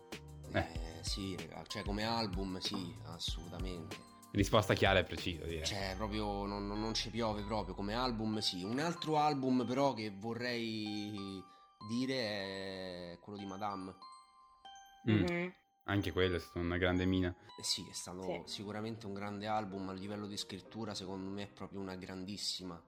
Speaker 5: Sì, cioè come album sì, assolutamente.
Speaker 4: Risposta chiara e precisa, direi.
Speaker 5: Cioè proprio non ci piove proprio, come album sì. Un altro album però che vorrei... dire è quello di Madame.
Speaker 4: Anche quello è stata una grande mina.
Speaker 5: Sì, è stato sicuramente un grande album. A livello di scrittura secondo me è proprio una grandissima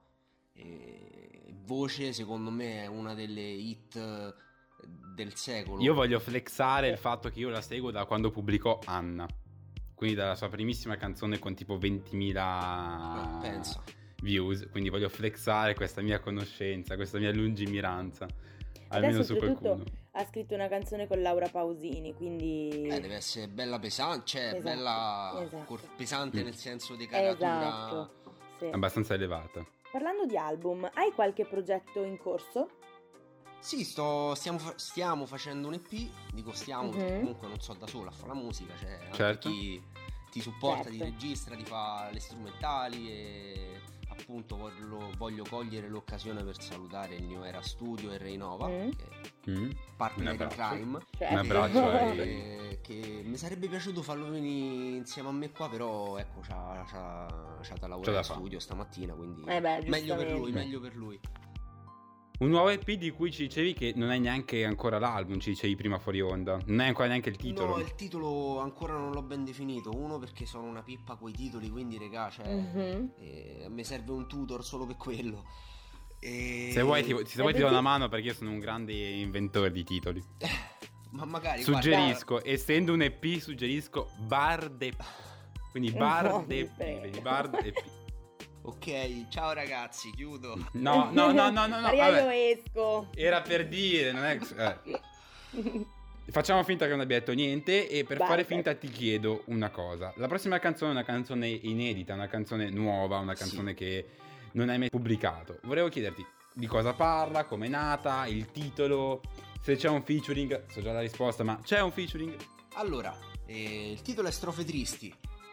Speaker 5: voce, secondo me è una delle hit del secolo.
Speaker 4: Io voglio flexare il fatto che io la seguo da quando pubblicò Anna, quindi dalla sua primissima canzone con tipo 20.000 views, quindi voglio flexare questa mia conoscenza, questa mia lungimiranza. Almeno su qualcuno.
Speaker 3: Ha scritto una canzone con Laura Pausini, quindi
Speaker 5: deve essere bella pesante, cioè bella pesante nel senso di caratura,
Speaker 4: abbastanza elevata.
Speaker 3: Parlando di album, hai qualche progetto in corso?
Speaker 5: Sì, stiamo facendo un EP, dico stiamo perché comunque non so da solo a fare la musica, cioè anche chi ti supporta, ti registra, ti fa le strumentali e appunto voglio cogliere l'occasione per salutare il New Era Studio e Rainova, che partner in crime.
Speaker 4: Un abbraccio
Speaker 5: che mi sarebbe piaciuto farlo venire insieme a me qua, però ecco c'ha da lavorare in studio stamattina, quindi meglio per lui.
Speaker 4: Un nuovo EP di cui ci dicevi che non è neanche ancora l'album, ci dicevi prima fuori onda. Non è ancora neanche il titolo.
Speaker 5: No, il titolo ancora non l'ho ben definito. Uno, perché sono una pippa coi titoli, quindi regà, a me serve un tutor solo per quello.
Speaker 4: Se vuoi ti do una mano, perché io sono un grande inventore di titoli.
Speaker 5: Ma magari
Speaker 4: suggerisco, essendo un EP, suggerisco Bard EP. Quindi Bard EP.
Speaker 5: Ok, ciao ragazzi, chiudo.
Speaker 4: No.
Speaker 3: Io esco.
Speaker 4: Era per dire, non è... Facciamo finta che non abbia detto niente e per fare finta ti chiedo una cosa. La prossima canzone è una canzone inedita, una canzone nuova, una canzone che non hai mai pubblicato. Volevo chiederti di cosa parla, com'è nata, il titolo, se c'è un featuring. So già la risposta, ma c'è un featuring?
Speaker 5: Allora, il titolo è Strofe Tristi.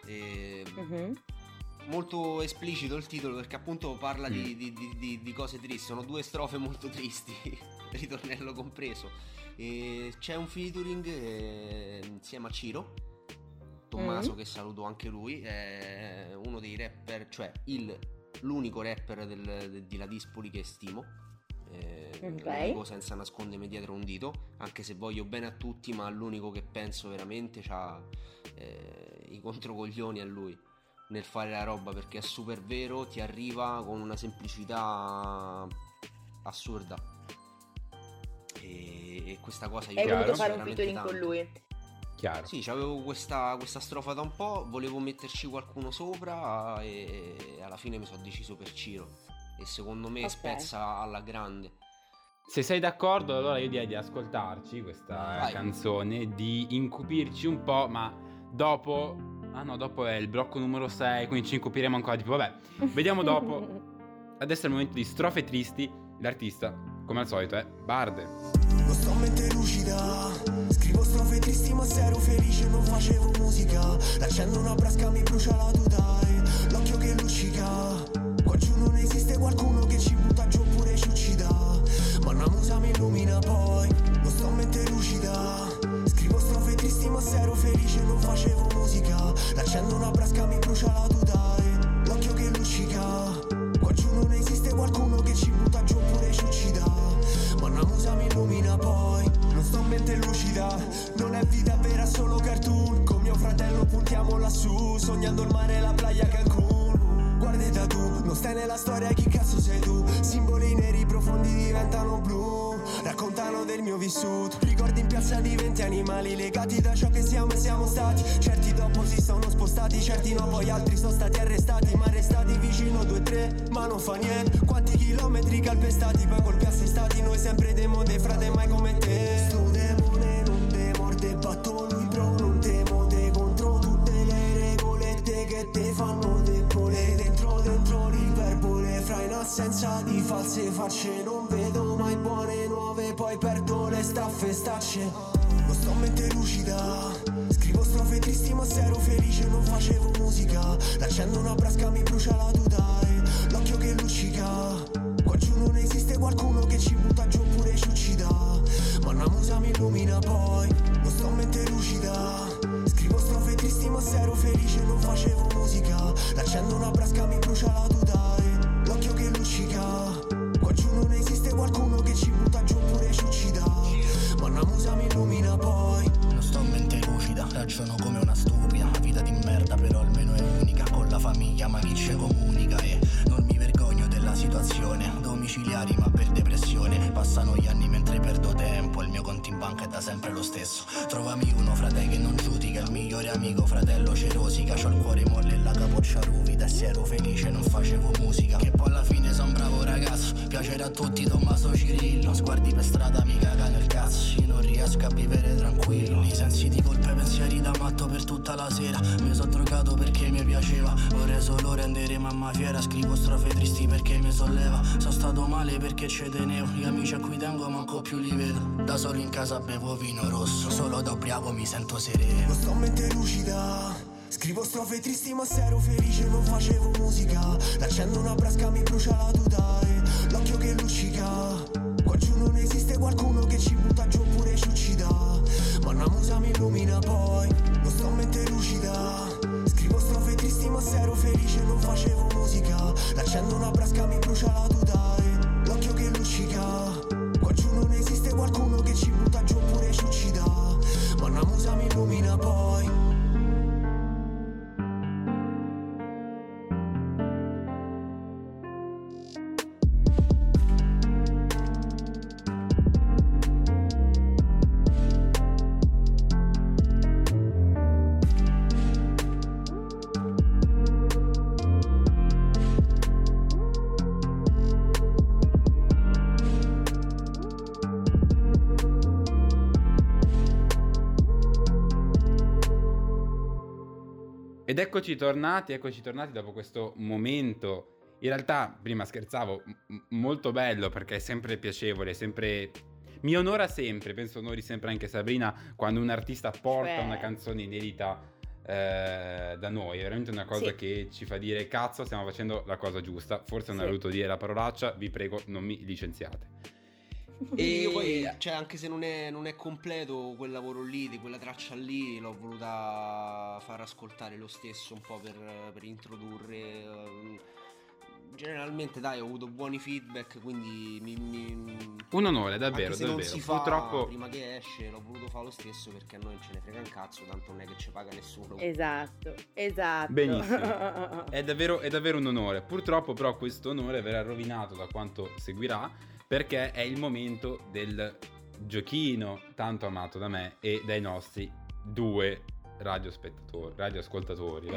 Speaker 5: Molto esplicito il titolo, perché appunto parla di cose tristi. Sono 2 strofe molto tristi, ritornello compreso. C'è un featuring insieme a Ciro Tommaso, che saluto anche lui. È uno dei rapper, cioè l'unico rapper di La Dispoli che stimo. L'unico senza nascondermi dietro un dito, anche se voglio bene a tutti, ma l'unico che penso veramente c'ha i controcoglioni a lui nel fare la roba, perché è super vero, ti arriva con una semplicità assurda, e questa cosa io
Speaker 3: hai voluto fare un featuring con lui.
Speaker 4: Chiaro.
Speaker 5: Sì, c'avevo questa strofa da un po', volevo metterci qualcuno sopra e alla fine mi sono deciso per Ciro, e secondo me spezza alla grande.
Speaker 4: Se sei d'accordo, allora io direi di ascoltarci questa canzone, di incupirci un po', ma dopo... Ah no, dopo è il blocco numero 6, quindi ci incupiremo ancora di più. Vabbè, vediamo dopo. Adesso è il momento di Strofe Tristi. L'artista, come al solito, è Bard.
Speaker 8: Non sto in mente lucida, scrivo strofe tristi ma se ero felice non facevo musica. L'accendo una brasca, mi brucia la tuta, l'occhio che luccica. Qua giù non esiste qualcuno che ci butta giù oppure ci uccida, ma una musa mi illumina poi. Non sto in mente lucida, scrivo strofe tristi ma se ero felice non facevo musica. L'accendo una brasca, mi brucia la tuta, l'occhio che luccica. Qua giù non esiste qualcuno che ci butta giù oppure ci uccida, ma una musa mi illumina poi. Non sto in mente lucida, non è vita vera, solo cartoon. Con mio fratello puntiamo lassù, sognando il mare e la playa Cancun. Guarda tu, non stai nella storia, chi cazzo sei tu? Simboli neri profondi diventano blu, raccontano del mio vissuto. Ricordi in piazza di 20 animali legati da ciò che siamo e siamo stati. Certi dopo si sono spostati, certi no, poi altri sono stati arrestati, ma restati vicino 2-3, ma non fa niente. Quanti chilometri calpestati, poi colpi assestati. Noi sempre demo dei frate mai come te. Sto demone non te morde, batto lui bro, non te mode contro tutte le regolette che te fanno debole. Dentro l'iperbole, fra in assenza di false facce. Non vedo mai buone nuove, poi perdo le staffe stacce. Non sto in mente lucida, scrivo strofe tristi ma se ero felice non facevo musica. L'accendo una brasca, mi brucia la tuta, l'occhio che luccica. Qua giù non esiste qualcuno che ci butta giù oppure ci uccida, ma una musa mi illumina poi. Non sto in mente lucida, scrivo strofe tristi ma se ero felice non facevo musica. L'accendo una brasca, mi brucia la tuta, l'occhio che luccica. Qua giù non esiste qualcuno che ci butta giù oppure ci uccida, ma una musa mi illumina poi. Non sto in mente lucida, ragiono come una stupida. Vita di merda però almeno è unica, con la famiglia ma chi ci comunica. E non mi vergogno della situazione, domiciliari ma per depressione. Passano gli anni mentre perdo tempo, il mio conto in banca è da sempre lo stesso. Trovami uno frate che non giudica, il migliore amico fratello ce rosica. C'ho il cuore molle e la capoccia ruvida, e se ero felice non facevo musica. Che poi alla fine son bravo ragazzo, piacere a tutti Tommaso Cirillo. Sguardi per strada mi cagano il cazzo, io non riesco a vivere tranquillo. I sensi di colpa e pensieri da matto per tutta la sera. Mi sono drogato perché mi piaceva, vorrei solo rendere mamma fiera. Scrivo strofe tristi perché mi solleva, sono stato male perché ce tenevo. Gli amici a cui tengo manco più li vedo, da solo in casa bevo vino rosso, solo da ubriaco mi sento sereno. Non sto in mente lucida, Scrivo strofe tristi ma se ero felice non facevo musica. L'accendo una brasca mi brucia la tuta e l'occhio che luccica. Qua giù non esiste qualcuno che ci butta giù oppure ci uccida, ma una musa mi illumina poi, non sto in mente lucida. Scrivo strofe tristi ma se ero felice non facevo musica. L'accendo una brasca mi brucia la tuta e l'occhio che luccica. Qua giù non esiste qualcuno che ci butta giù oppure ci uccida, ma una musa mi illumina poi.
Speaker 4: Ed eccoci tornati dopo questo momento. In realtà, prima scherzavo, molto bello perché è sempre piacevole, sempre... Mi onora sempre, penso onori sempre anche Sabrina, quando un artista porta una canzone inedita da noi. È veramente una cosa che ci fa dire, cazzo, stiamo facendo la cosa giusta. Forse non ho voluto dire la parolaccia, vi prego, non mi licenziate.
Speaker 5: E io poi, cioè, anche se non è completo quel lavoro lì, di quella traccia lì, l'ho voluta far ascoltare lo stesso un po' per introdurre. Generalmente dai, ho avuto buoni feedback, quindi
Speaker 4: un onore, davvero,
Speaker 5: anche se
Speaker 4: davvero.
Speaker 5: Non si
Speaker 4: Purtroppo
Speaker 5: fa prima che esce, l'ho voluto fare lo stesso perché a noi non ce ne frega un cazzo, tanto non è che ci paga nessuno.
Speaker 3: Esatto.
Speaker 4: Benissimo. È davvero un onore. Purtroppo però questo onore verrà rovinato da quanto seguirà, perché è il momento del giochino tanto amato da me e dai nostri due radioascoltatori.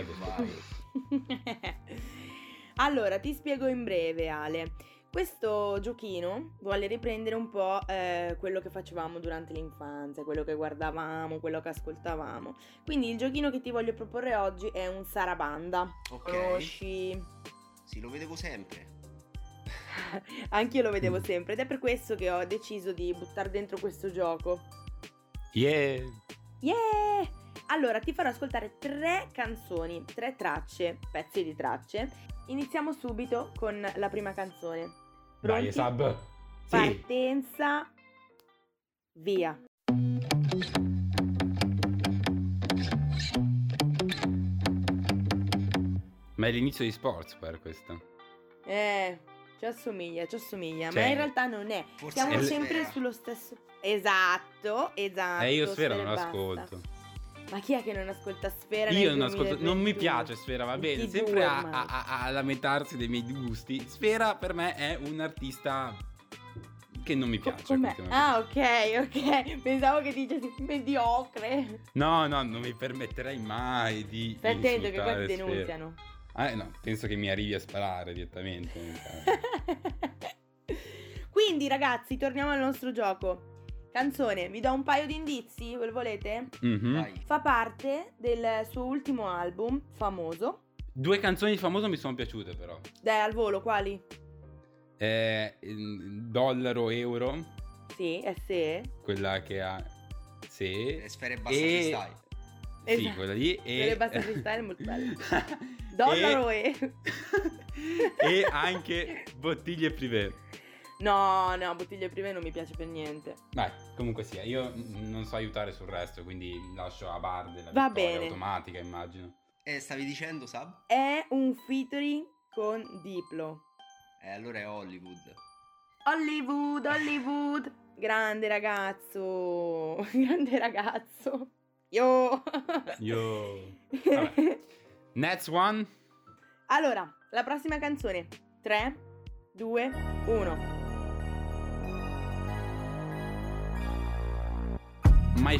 Speaker 3: Allora, ti spiego in breve, Ale. Questo giochino vuole riprendere un po' quello che facevamo durante l'infanzia, quello che guardavamo, quello che ascoltavamo. Quindi il giochino che ti voglio proporre oggi è un Sarabanda.
Speaker 5: Ok.
Speaker 3: Conosci?
Speaker 5: Sì, lo vedevo sempre.
Speaker 3: Anch'io lo vedevo sempre ed è per questo che ho deciso di buttare dentro questo gioco.
Speaker 4: Yeah!
Speaker 3: Allora, ti farò ascoltare 3 canzoni, 3 tracce, pezzi di tracce. Iniziamo subito con la prima canzone. Pronti?
Speaker 4: Dai, Sab! Sì!
Speaker 3: Partenza! Via!
Speaker 4: Ma è l'inizio di Sportswear questo.
Speaker 3: Ci assomiglia,
Speaker 4: Cioè,
Speaker 3: ma in realtà non è.
Speaker 5: forse
Speaker 3: Siamo
Speaker 5: è
Speaker 3: sempre
Speaker 5: Sfera.
Speaker 3: sullo stesso. Esatto.
Speaker 4: Io Sfera non
Speaker 3: basta.
Speaker 4: ascolto.
Speaker 3: Ma chi è che non ascolta Sfera?
Speaker 4: Io
Speaker 3: nel
Speaker 4: non ascolto, non mi
Speaker 3: 2021?
Speaker 4: piace Sfera, va bene,
Speaker 3: Chi
Speaker 4: sempre
Speaker 3: ormai.
Speaker 4: a lamentarsi dei miei gusti. Sfera per me è un artista che non mi piace.
Speaker 3: Com'è?
Speaker 4: continuamente.
Speaker 3: Ah, ok. Pensavo che dicessi mediocre.
Speaker 4: No, non mi permetterei mai di
Speaker 3: Stai attento che qua
Speaker 4: insultare
Speaker 3: ti
Speaker 4: Sfera.
Speaker 3: denunziano.
Speaker 4: No, penso che mi arrivi a sparare direttamente.
Speaker 3: Quindi ragazzi, torniamo al nostro gioco. Canzone, vi do un paio di indizi, ve lo volete?
Speaker 4: Mhm.
Speaker 5: Vai.
Speaker 3: Fa parte del suo ultimo album, famoso.
Speaker 4: 2 canzoni famose mi sono piaciute però.
Speaker 3: Dai, al volo, quali?
Speaker 4: Dollaro, euro,
Speaker 3: Sì, sì.
Speaker 4: quella che ha... Sì.
Speaker 5: Sfera e basta
Speaker 4: E-
Speaker 5: freestyle.
Speaker 4: Sì,
Speaker 3: Esatto.
Speaker 4: quella lì.
Speaker 3: Quelle basta freestyle, molto bello. Dollaro e...
Speaker 4: e anche Bottiglie Privé.
Speaker 3: No, Bottiglie Privé non mi piace per niente.
Speaker 4: Vai, comunque sia, io non so aiutare sul resto, quindi lascio a Bard la
Speaker 3: Va
Speaker 4: vittoria
Speaker 3: bene.
Speaker 4: automatica, immagino.
Speaker 5: Stavi dicendo, Sab?
Speaker 3: È un featuring con Diplo.
Speaker 5: Allora è Hollywood.
Speaker 3: Hollywood. Grande ragazzo. Yo.
Speaker 4: Vabbè. Next one.
Speaker 3: Allora, la prossima canzone. 3, 2, 1.
Speaker 4: My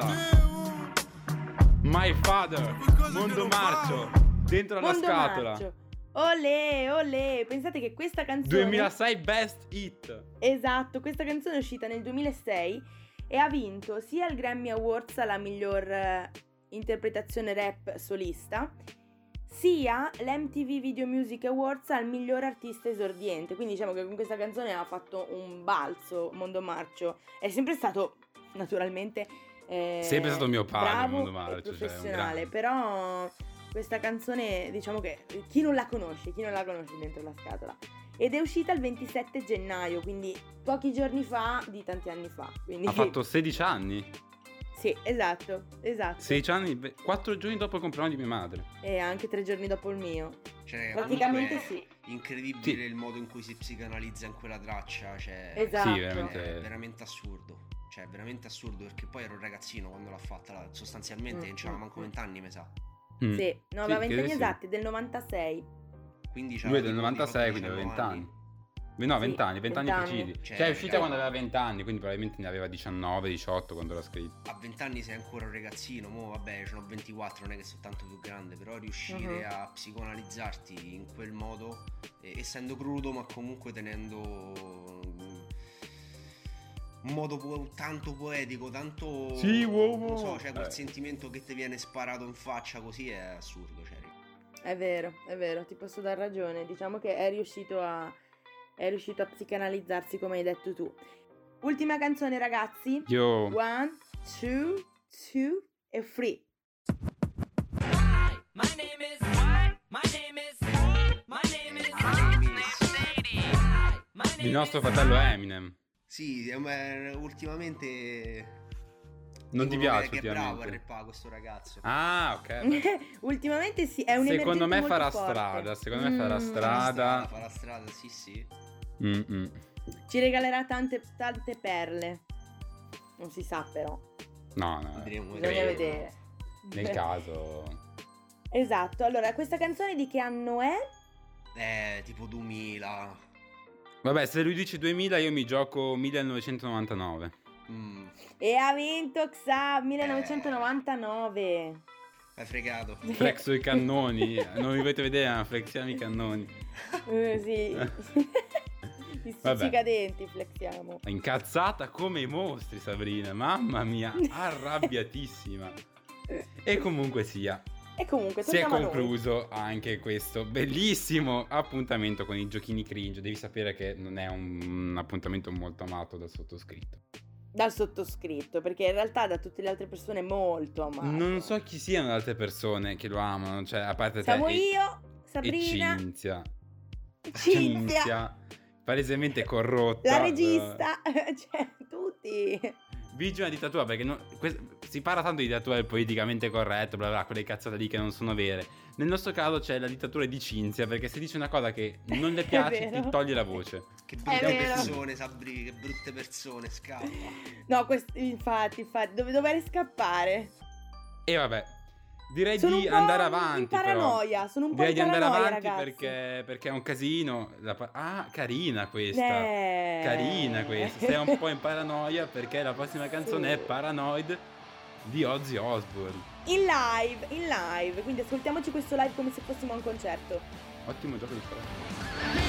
Speaker 4: Father. Mondo Marcio. Dentro la
Speaker 3: Mondo
Speaker 4: scatola.
Speaker 3: Marcio. Olè. Pensate che questa canzone
Speaker 4: 2006 Best Hit.
Speaker 3: Esatto, questa canzone è uscita nel 2006 e ha vinto sia il Grammy Awards alla miglior interpretazione rap solista, sia l'MTV Video Music Awards al miglior artista esordiente. Quindi diciamo che con questa canzone ha fatto un balzo Mondo Marcio. È sempre stato naturalmente
Speaker 4: Sempre stato mio padre,
Speaker 3: bravo
Speaker 4: Mondo Marcio,
Speaker 3: e professionale, però questa canzone, diciamo che chi non la conosce dentro la scatola. Ed è uscita il 27 gennaio, quindi pochi giorni fa di tanti anni fa. Quindi...
Speaker 4: Ha fatto 16 anni?
Speaker 3: Sì, esatto.
Speaker 4: 16 anni, 4 giorni dopo il compleanno di mia madre.
Speaker 3: E anche 3 giorni dopo il mio.
Speaker 5: Cioè,
Speaker 3: praticamente sì.
Speaker 5: Incredibile il modo in cui si psicanalizza in quella traccia, cioè,
Speaker 3: esatto.
Speaker 4: Sì,
Speaker 5: è veramente assurdo. Cioè, veramente assurdo, perché poi ero un ragazzino quando l'ha fatta, sostanzialmente non c'aveva manco 20 anni, mi sa.
Speaker 3: Sì, no, aveva 20 anni esatti, del 96.
Speaker 5: Quindi
Speaker 4: lui è del 96, quindi aveva 20 anni. No, 20 anni, 20 anni precisi. Cioè è uscita quando aveva 20 anni, quindi probabilmente ne aveva 19, 18 quando l'ha scritto.
Speaker 5: A 20 anni sei ancora un ragazzino, mo vabbè, ce n'ho 24, non è che sono tanto più grande, però riuscire a psicoanalizzarti in quel modo, essendo crudo ma comunque tenendo un modo tanto poetico, tanto...
Speaker 4: Sì,
Speaker 5: non so, cioè quel sentimento che ti viene sparato in faccia così è assurdo, cioè.
Speaker 3: È vero, ti posso dar ragione, diciamo che è riuscito a psicanalizzarsi come hai detto tu. Ultima canzone, ragazzi. 1, 2, 2 e 3.
Speaker 4: Il nostro fratello Eminem.
Speaker 5: Sì, ultimamente
Speaker 4: non ti piace
Speaker 5: che è bravo a rappare questo ragazzo.
Speaker 4: Ah, ok.
Speaker 3: Ultimamente sì, è un
Speaker 4: secondo me farà
Speaker 3: forte.
Speaker 4: strada. Secondo me farà strada.
Speaker 5: Farà strada, sì.
Speaker 3: Ci regalerà tante perle. Non si sa però.
Speaker 4: No.
Speaker 3: Bisogna vedere.
Speaker 4: Nel caso.
Speaker 3: Esatto. Allora, questa canzone di che anno è?
Speaker 5: Tipo 2000.
Speaker 4: Vabbè, se lui dice 2000 io mi gioco 1999.
Speaker 3: E ha vinto Xa 1999.
Speaker 5: Hai fregato.
Speaker 4: Flexo i cannoni. Non mi volete vedere, ma flexiamo i cannoni.
Speaker 3: Sì. Gli sticcadenti flexiamo.
Speaker 4: Incazzata come i mostri, Sabrina. Mamma mia, arrabbiatissima. E comunque sia.
Speaker 3: E comunque
Speaker 4: si è concluso anche questo bellissimo appuntamento con i giochini cringe. Devi sapere che non è un appuntamento molto amato dal sottoscritto.
Speaker 3: Dal sottoscritto, perché in realtà da tutte le altre persone è molto amato.
Speaker 4: Non so chi siano le altre persone che lo amano, cioè a parte
Speaker 3: siamo
Speaker 4: te
Speaker 3: io, Sabrina
Speaker 4: e Cinzia palesemente corrotta,
Speaker 3: la regista, cioè tutti.
Speaker 4: Vige una dittatura, perché si parla tanto di dittatura politicamente corretto, bla bla, quelle cazzate lì che non sono vere. Nel nostro caso c'è la dittatura di Cinzia, perché se dice una cosa che non le piace ti toglie la voce.
Speaker 5: Che brutte persone, Sabri, che brutte persone, scappa.
Speaker 3: No, infatti, dovere scappare.
Speaker 4: E vabbè, direi di andare avanti.
Speaker 3: Sono un po'
Speaker 4: direi
Speaker 3: in paranoia,
Speaker 4: di andare avanti,
Speaker 3: ragazzi.
Speaker 4: perché è un casino. Carina questa. Carina questa. Sei un po' in paranoia perché la prossima canzone è Paranoid di Ozzy Osbourne.
Speaker 3: In live. Quindi ascoltiamoci questo live come se fossimo a un concerto.
Speaker 4: Ottimo gioco di parole.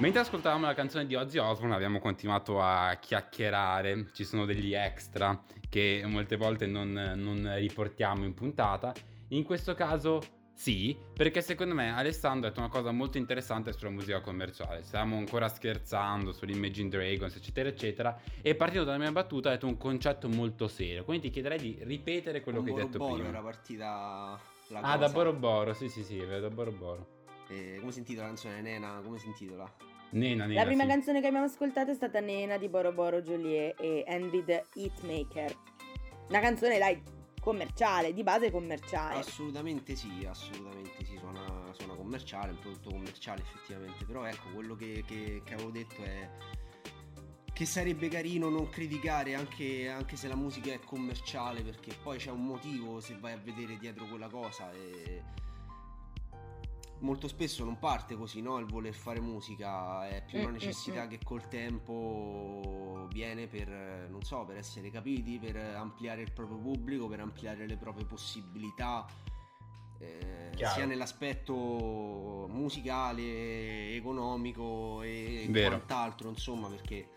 Speaker 4: Mentre ascoltavamo la canzone di Ozzy Osbourne abbiamo continuato a chiacchierare, ci sono degli extra che molte volte non riportiamo in puntata, in questo caso sì, perché secondo me Alessandro ha detto una cosa molto interessante sulla musica commerciale. Stiamo ancora scherzando sull'Imagine Dragons eccetera eccetera, e partendo dalla mia battuta ha detto un concetto molto serio, quindi ti chiederei di ripetere quello che hai detto prima.
Speaker 5: Era partita la
Speaker 4: cosa. Da Boro Boro, sì, da Boro Boro.
Speaker 5: Come si intitola la canzone? Nena, come si intitola?
Speaker 4: Nena,
Speaker 3: la prima canzone che abbiamo ascoltato è stata Nena di Boro Boro Joliet e Henry the Hitmaker. Una canzone, dai, commerciale, di base commerciale.
Speaker 5: Assolutamente sì, suona commerciale, un prodotto commerciale effettivamente. Però ecco, quello che avevo detto è che sarebbe carino non criticare anche se la musica è commerciale, perché poi c'è un motivo se vai a vedere dietro quella cosa, e molto spesso non parte così, no? Il voler fare musica è più una necessità che col tempo viene per, non so, per essere capiti, per ampliare il proprio pubblico, per ampliare le proprie possibilità, sia nell'aspetto musicale, economico e quant'altro, insomma, perché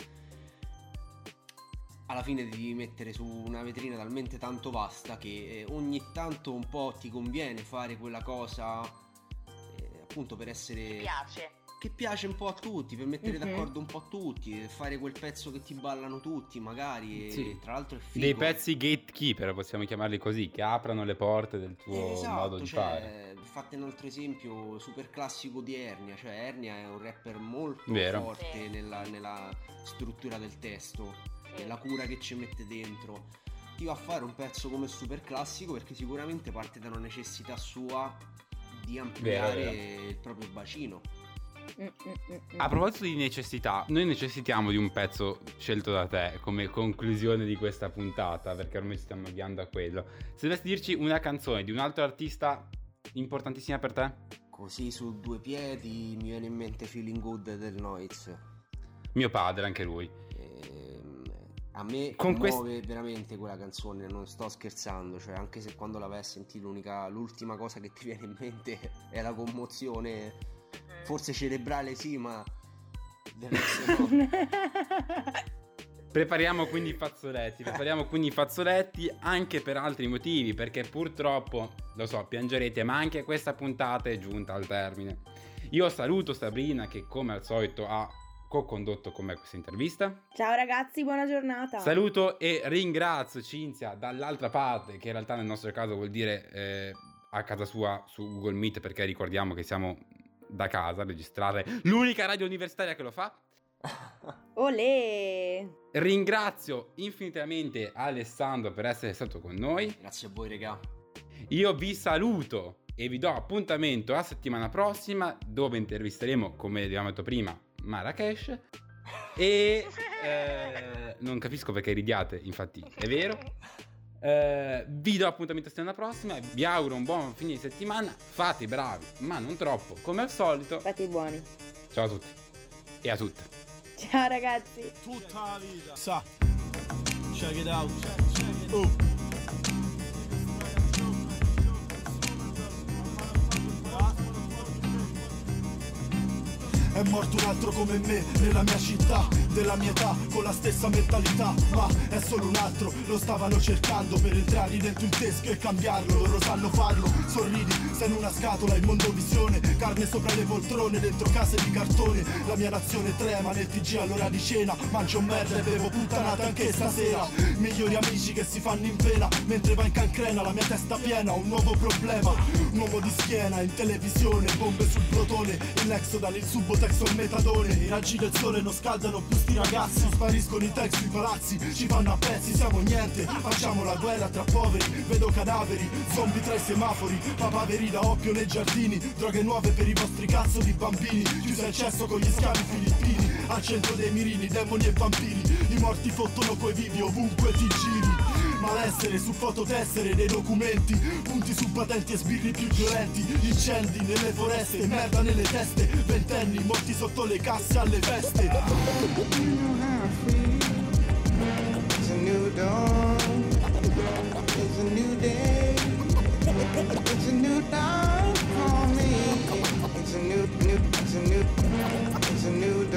Speaker 5: alla fine devi mettere su una vetrina talmente tanto vasta che ogni tanto un po' ti conviene fare quella cosa, appunto per essere che piace un po' a tutti, per mettere d'accordo un po' tutti, fare quel pezzo che ti ballano tutti magari, e tra l'altro è figo.
Speaker 4: Dei pezzi gatekeeper, possiamo chiamarli così, che aprono le porte del tuo modo di fare.
Speaker 5: Fate un altro esempio super classico di Ernia, cioè Ernia è un rapper molto forte nella struttura del testo, nella cura che ci mette dentro. Ti va a fare un pezzo come super classico perché sicuramente parte da una necessità sua di ampliare il proprio bacino.
Speaker 4: A proposito di necessità, noi necessitiamo di un pezzo scelto da te come conclusione di questa puntata, perché ormai stiamo avviando a quello. Se dovessi dirci una canzone di un altro artista importantissima per te?
Speaker 5: Così su due piedi mi viene in mente Feeling Good del Noiz.
Speaker 4: Mio padre, anche lui.
Speaker 5: A me muove veramente quella canzone, non sto scherzando, cioè anche se quando la vai a sentire l'ultima cosa che ti viene in mente è la commozione, forse cerebrale sì, ma del resto no.
Speaker 4: Prepariamo quindi i fazzoletti anche per altri motivi, perché purtroppo, lo so, piangerete, ma anche questa puntata è giunta al termine. Io saluto Sabrina che come al solito ha co-condotto con me questa intervista.
Speaker 3: Ciao ragazzi, buona giornata.
Speaker 4: Saluto e ringrazio Cinzia dall'altra parte, che in realtà nel nostro caso vuol dire a casa sua su Google Meet, perché ricordiamo che siamo da casa a registrare, l'unica radio universitaria che lo fa.
Speaker 3: Olè!
Speaker 4: Ringrazio infinitamente Alessandro per essere stato con noi.
Speaker 5: Grazie a voi regà.
Speaker 4: Io vi saluto e vi do appuntamento a settimana prossima, dove intervisteremo, come abbiamo detto prima, Marrakesh. E non capisco perché ridiate, infatti è vero. Vi do appuntamento settimana prossima, vi auguro un buon fine di settimana, fate i bravi ma non troppo, come al solito.
Speaker 3: Fate i buoni.
Speaker 4: Ciao a tutti e a tutte.
Speaker 3: Ciao ragazzi.
Speaker 8: Tutta la vita. Sa. Check it out. È morto un altro come me, nella mia città, della mia età, con la stessa mentalità. Ma è solo un altro, lo stavano cercando per entrare dentro il teschio e cambiarlo. Loro sanno farlo, sorridi, sei in una scatola, in mondovisione, carne sopra le poltrone, dentro case di cartone. La mia nazione trema nel TG all'ora di cena, mangio merda e bevo puttanate anche stasera. Migliori amici che si fanno in pena, mentre va in cancrena la mia testa piena. Un nuovo problema, un uomo di schiena, in televisione, bombe sul protone, il Nexodal, il Subotex o il metadone. I raggi del sole non scaldano più sti ragazzi, spariscono i tex sui palazzi, ci fanno a pezzi, siamo niente, facciamo la guerra tra poveri. Vedo cadaveri, zombie tra i semafori, papaveri da oppio nei giardini, droghe nuove per i vostri cazzo di bambini, chiuso il cesso con gli schiavi filippini, al centro dei mirini, demoni e vampiri, i morti fottono coi vivi ovunque ti giri. Malessere su fototessere dei documenti, punti su patenti e sbirri più violenti, incendi nelle foreste, merda nelle teste, ventenni morti sotto le casse alle feste.
Speaker 10: It's a new dawn, it's a new day, it's a new dawn for me. It's a new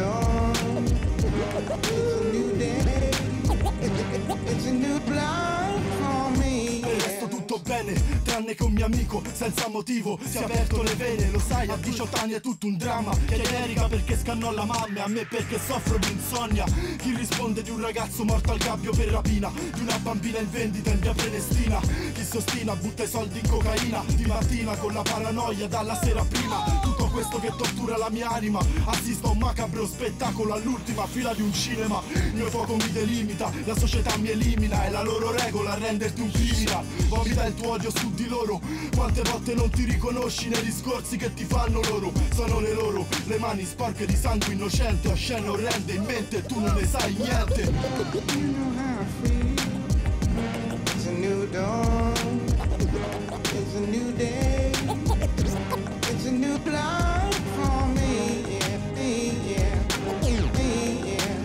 Speaker 10: blood for me.
Speaker 8: Per il resto tutto bene, tranne che un mio amico senza motivo si è aperto le vene. Lo sai, a 18 anni è tutto un dramma. Chiede Erika perché scannò la mamma e a me perché soffro di insonnia. Chi risponde di un ragazzo morto al gabbio per rapina, di una bambina in vendita in via Prenestina. Chi si ostina butta i soldi in cocaina, di mattina con la paranoia dalla sera prima. Tutto questo che tortura la mia anima. Assisto a un macabro spettacolo all'ultima fila di un cinema. Il mio fuoco mi delimita, la società mi elimina. È la loro regola a renderti un criminal. Vomita il tuo odio su di loro. Quante volte non ti riconosci nei discorsi che ti fanno loro. Sono le loro, le mani sporche di sangue innocente. Ho scene orrende in mente e tu non ne sai niente.
Speaker 10: You know how I feel. It's a new dawn. It's a new day. It's a new blood for me. Yeah, me, yeah. Me, yeah.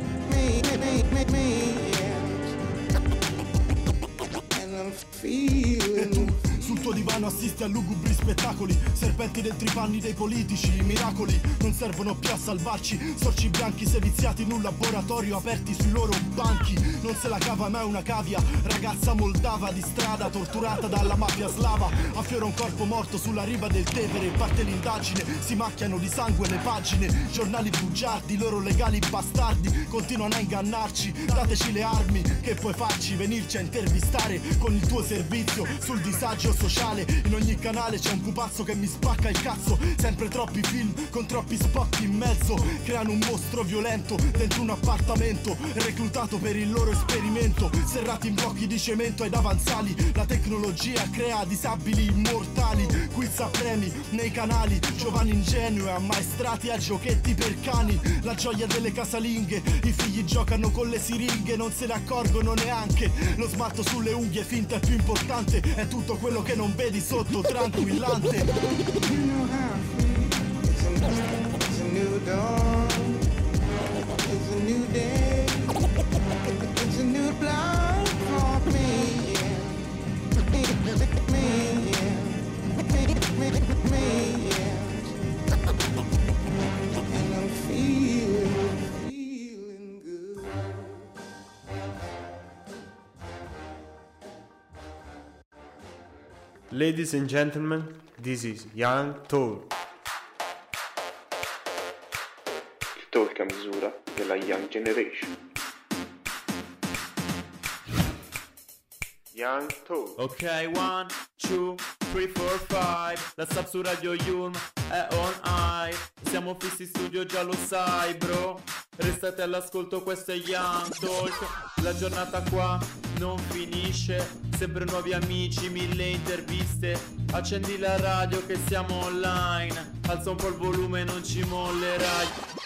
Speaker 10: Me, yeah. And I'm feeling.
Speaker 8: Sul tuo divano assisti a lugubri spettacoli, serpenti dentro i panni dei politici. I miracoli non servono più a salvarci. Sorci bianchi seviziati in un laboratorio, aperti sui loro banchi. Non se la cava mai una cavia, ragazza moldava di strada, torturata dalla mafia slava. Affiora un corpo morto sulla riva del Tevere, parte l'indagine, si macchiano di sangue le pagine. Giornali bugiardi, loro legali bastardi, continuano a ingannarci. Dateci le armi, che puoi farci? Venirci a intervistare con il tuo servizio sul disagio sociale. In ogni canale c'è un pupazzo che mi spacca il cazzo. Sempre troppi film con troppi spot in mezzo. Creano un mostro violento dentro un appartamento, reclutato per il loro esperimento. Serrati in blocchi di cemento ed avanzali, la tecnologia crea disabili immortali. Quiz a premi nei canali, giovani ingenui ammaestrati a giochetti per cani. La gioia delle casalinghe, i figli giocano con le siringhe, non se ne accorgono neanche. Lo smalto sulle unghie finta è più importante, è tutto quello che non vedi sotto tranquillante.
Speaker 10: You know how I feel. It's a new dawn. It's a new day. It's a new blood for me. Yeah. Me, yeah. Me, yeah. And I'm feeling good.
Speaker 6: Ladies and gentlemen, this is Young Talk.
Speaker 7: Il talk a misura della Young Generation.
Speaker 6: Young Talk. Ok, 1, 2, 3, 4, 5. La sub su Radio Yulm è on air. Siamo fissi in studio, già lo sai, bro. Restate all'ascolto, questo è Young Talk. La giornata qua non finisce. Sempre nuovi amici, 1000 interviste. Accendi la radio che siamo online. Alza un po' il volume, non ci mollerai.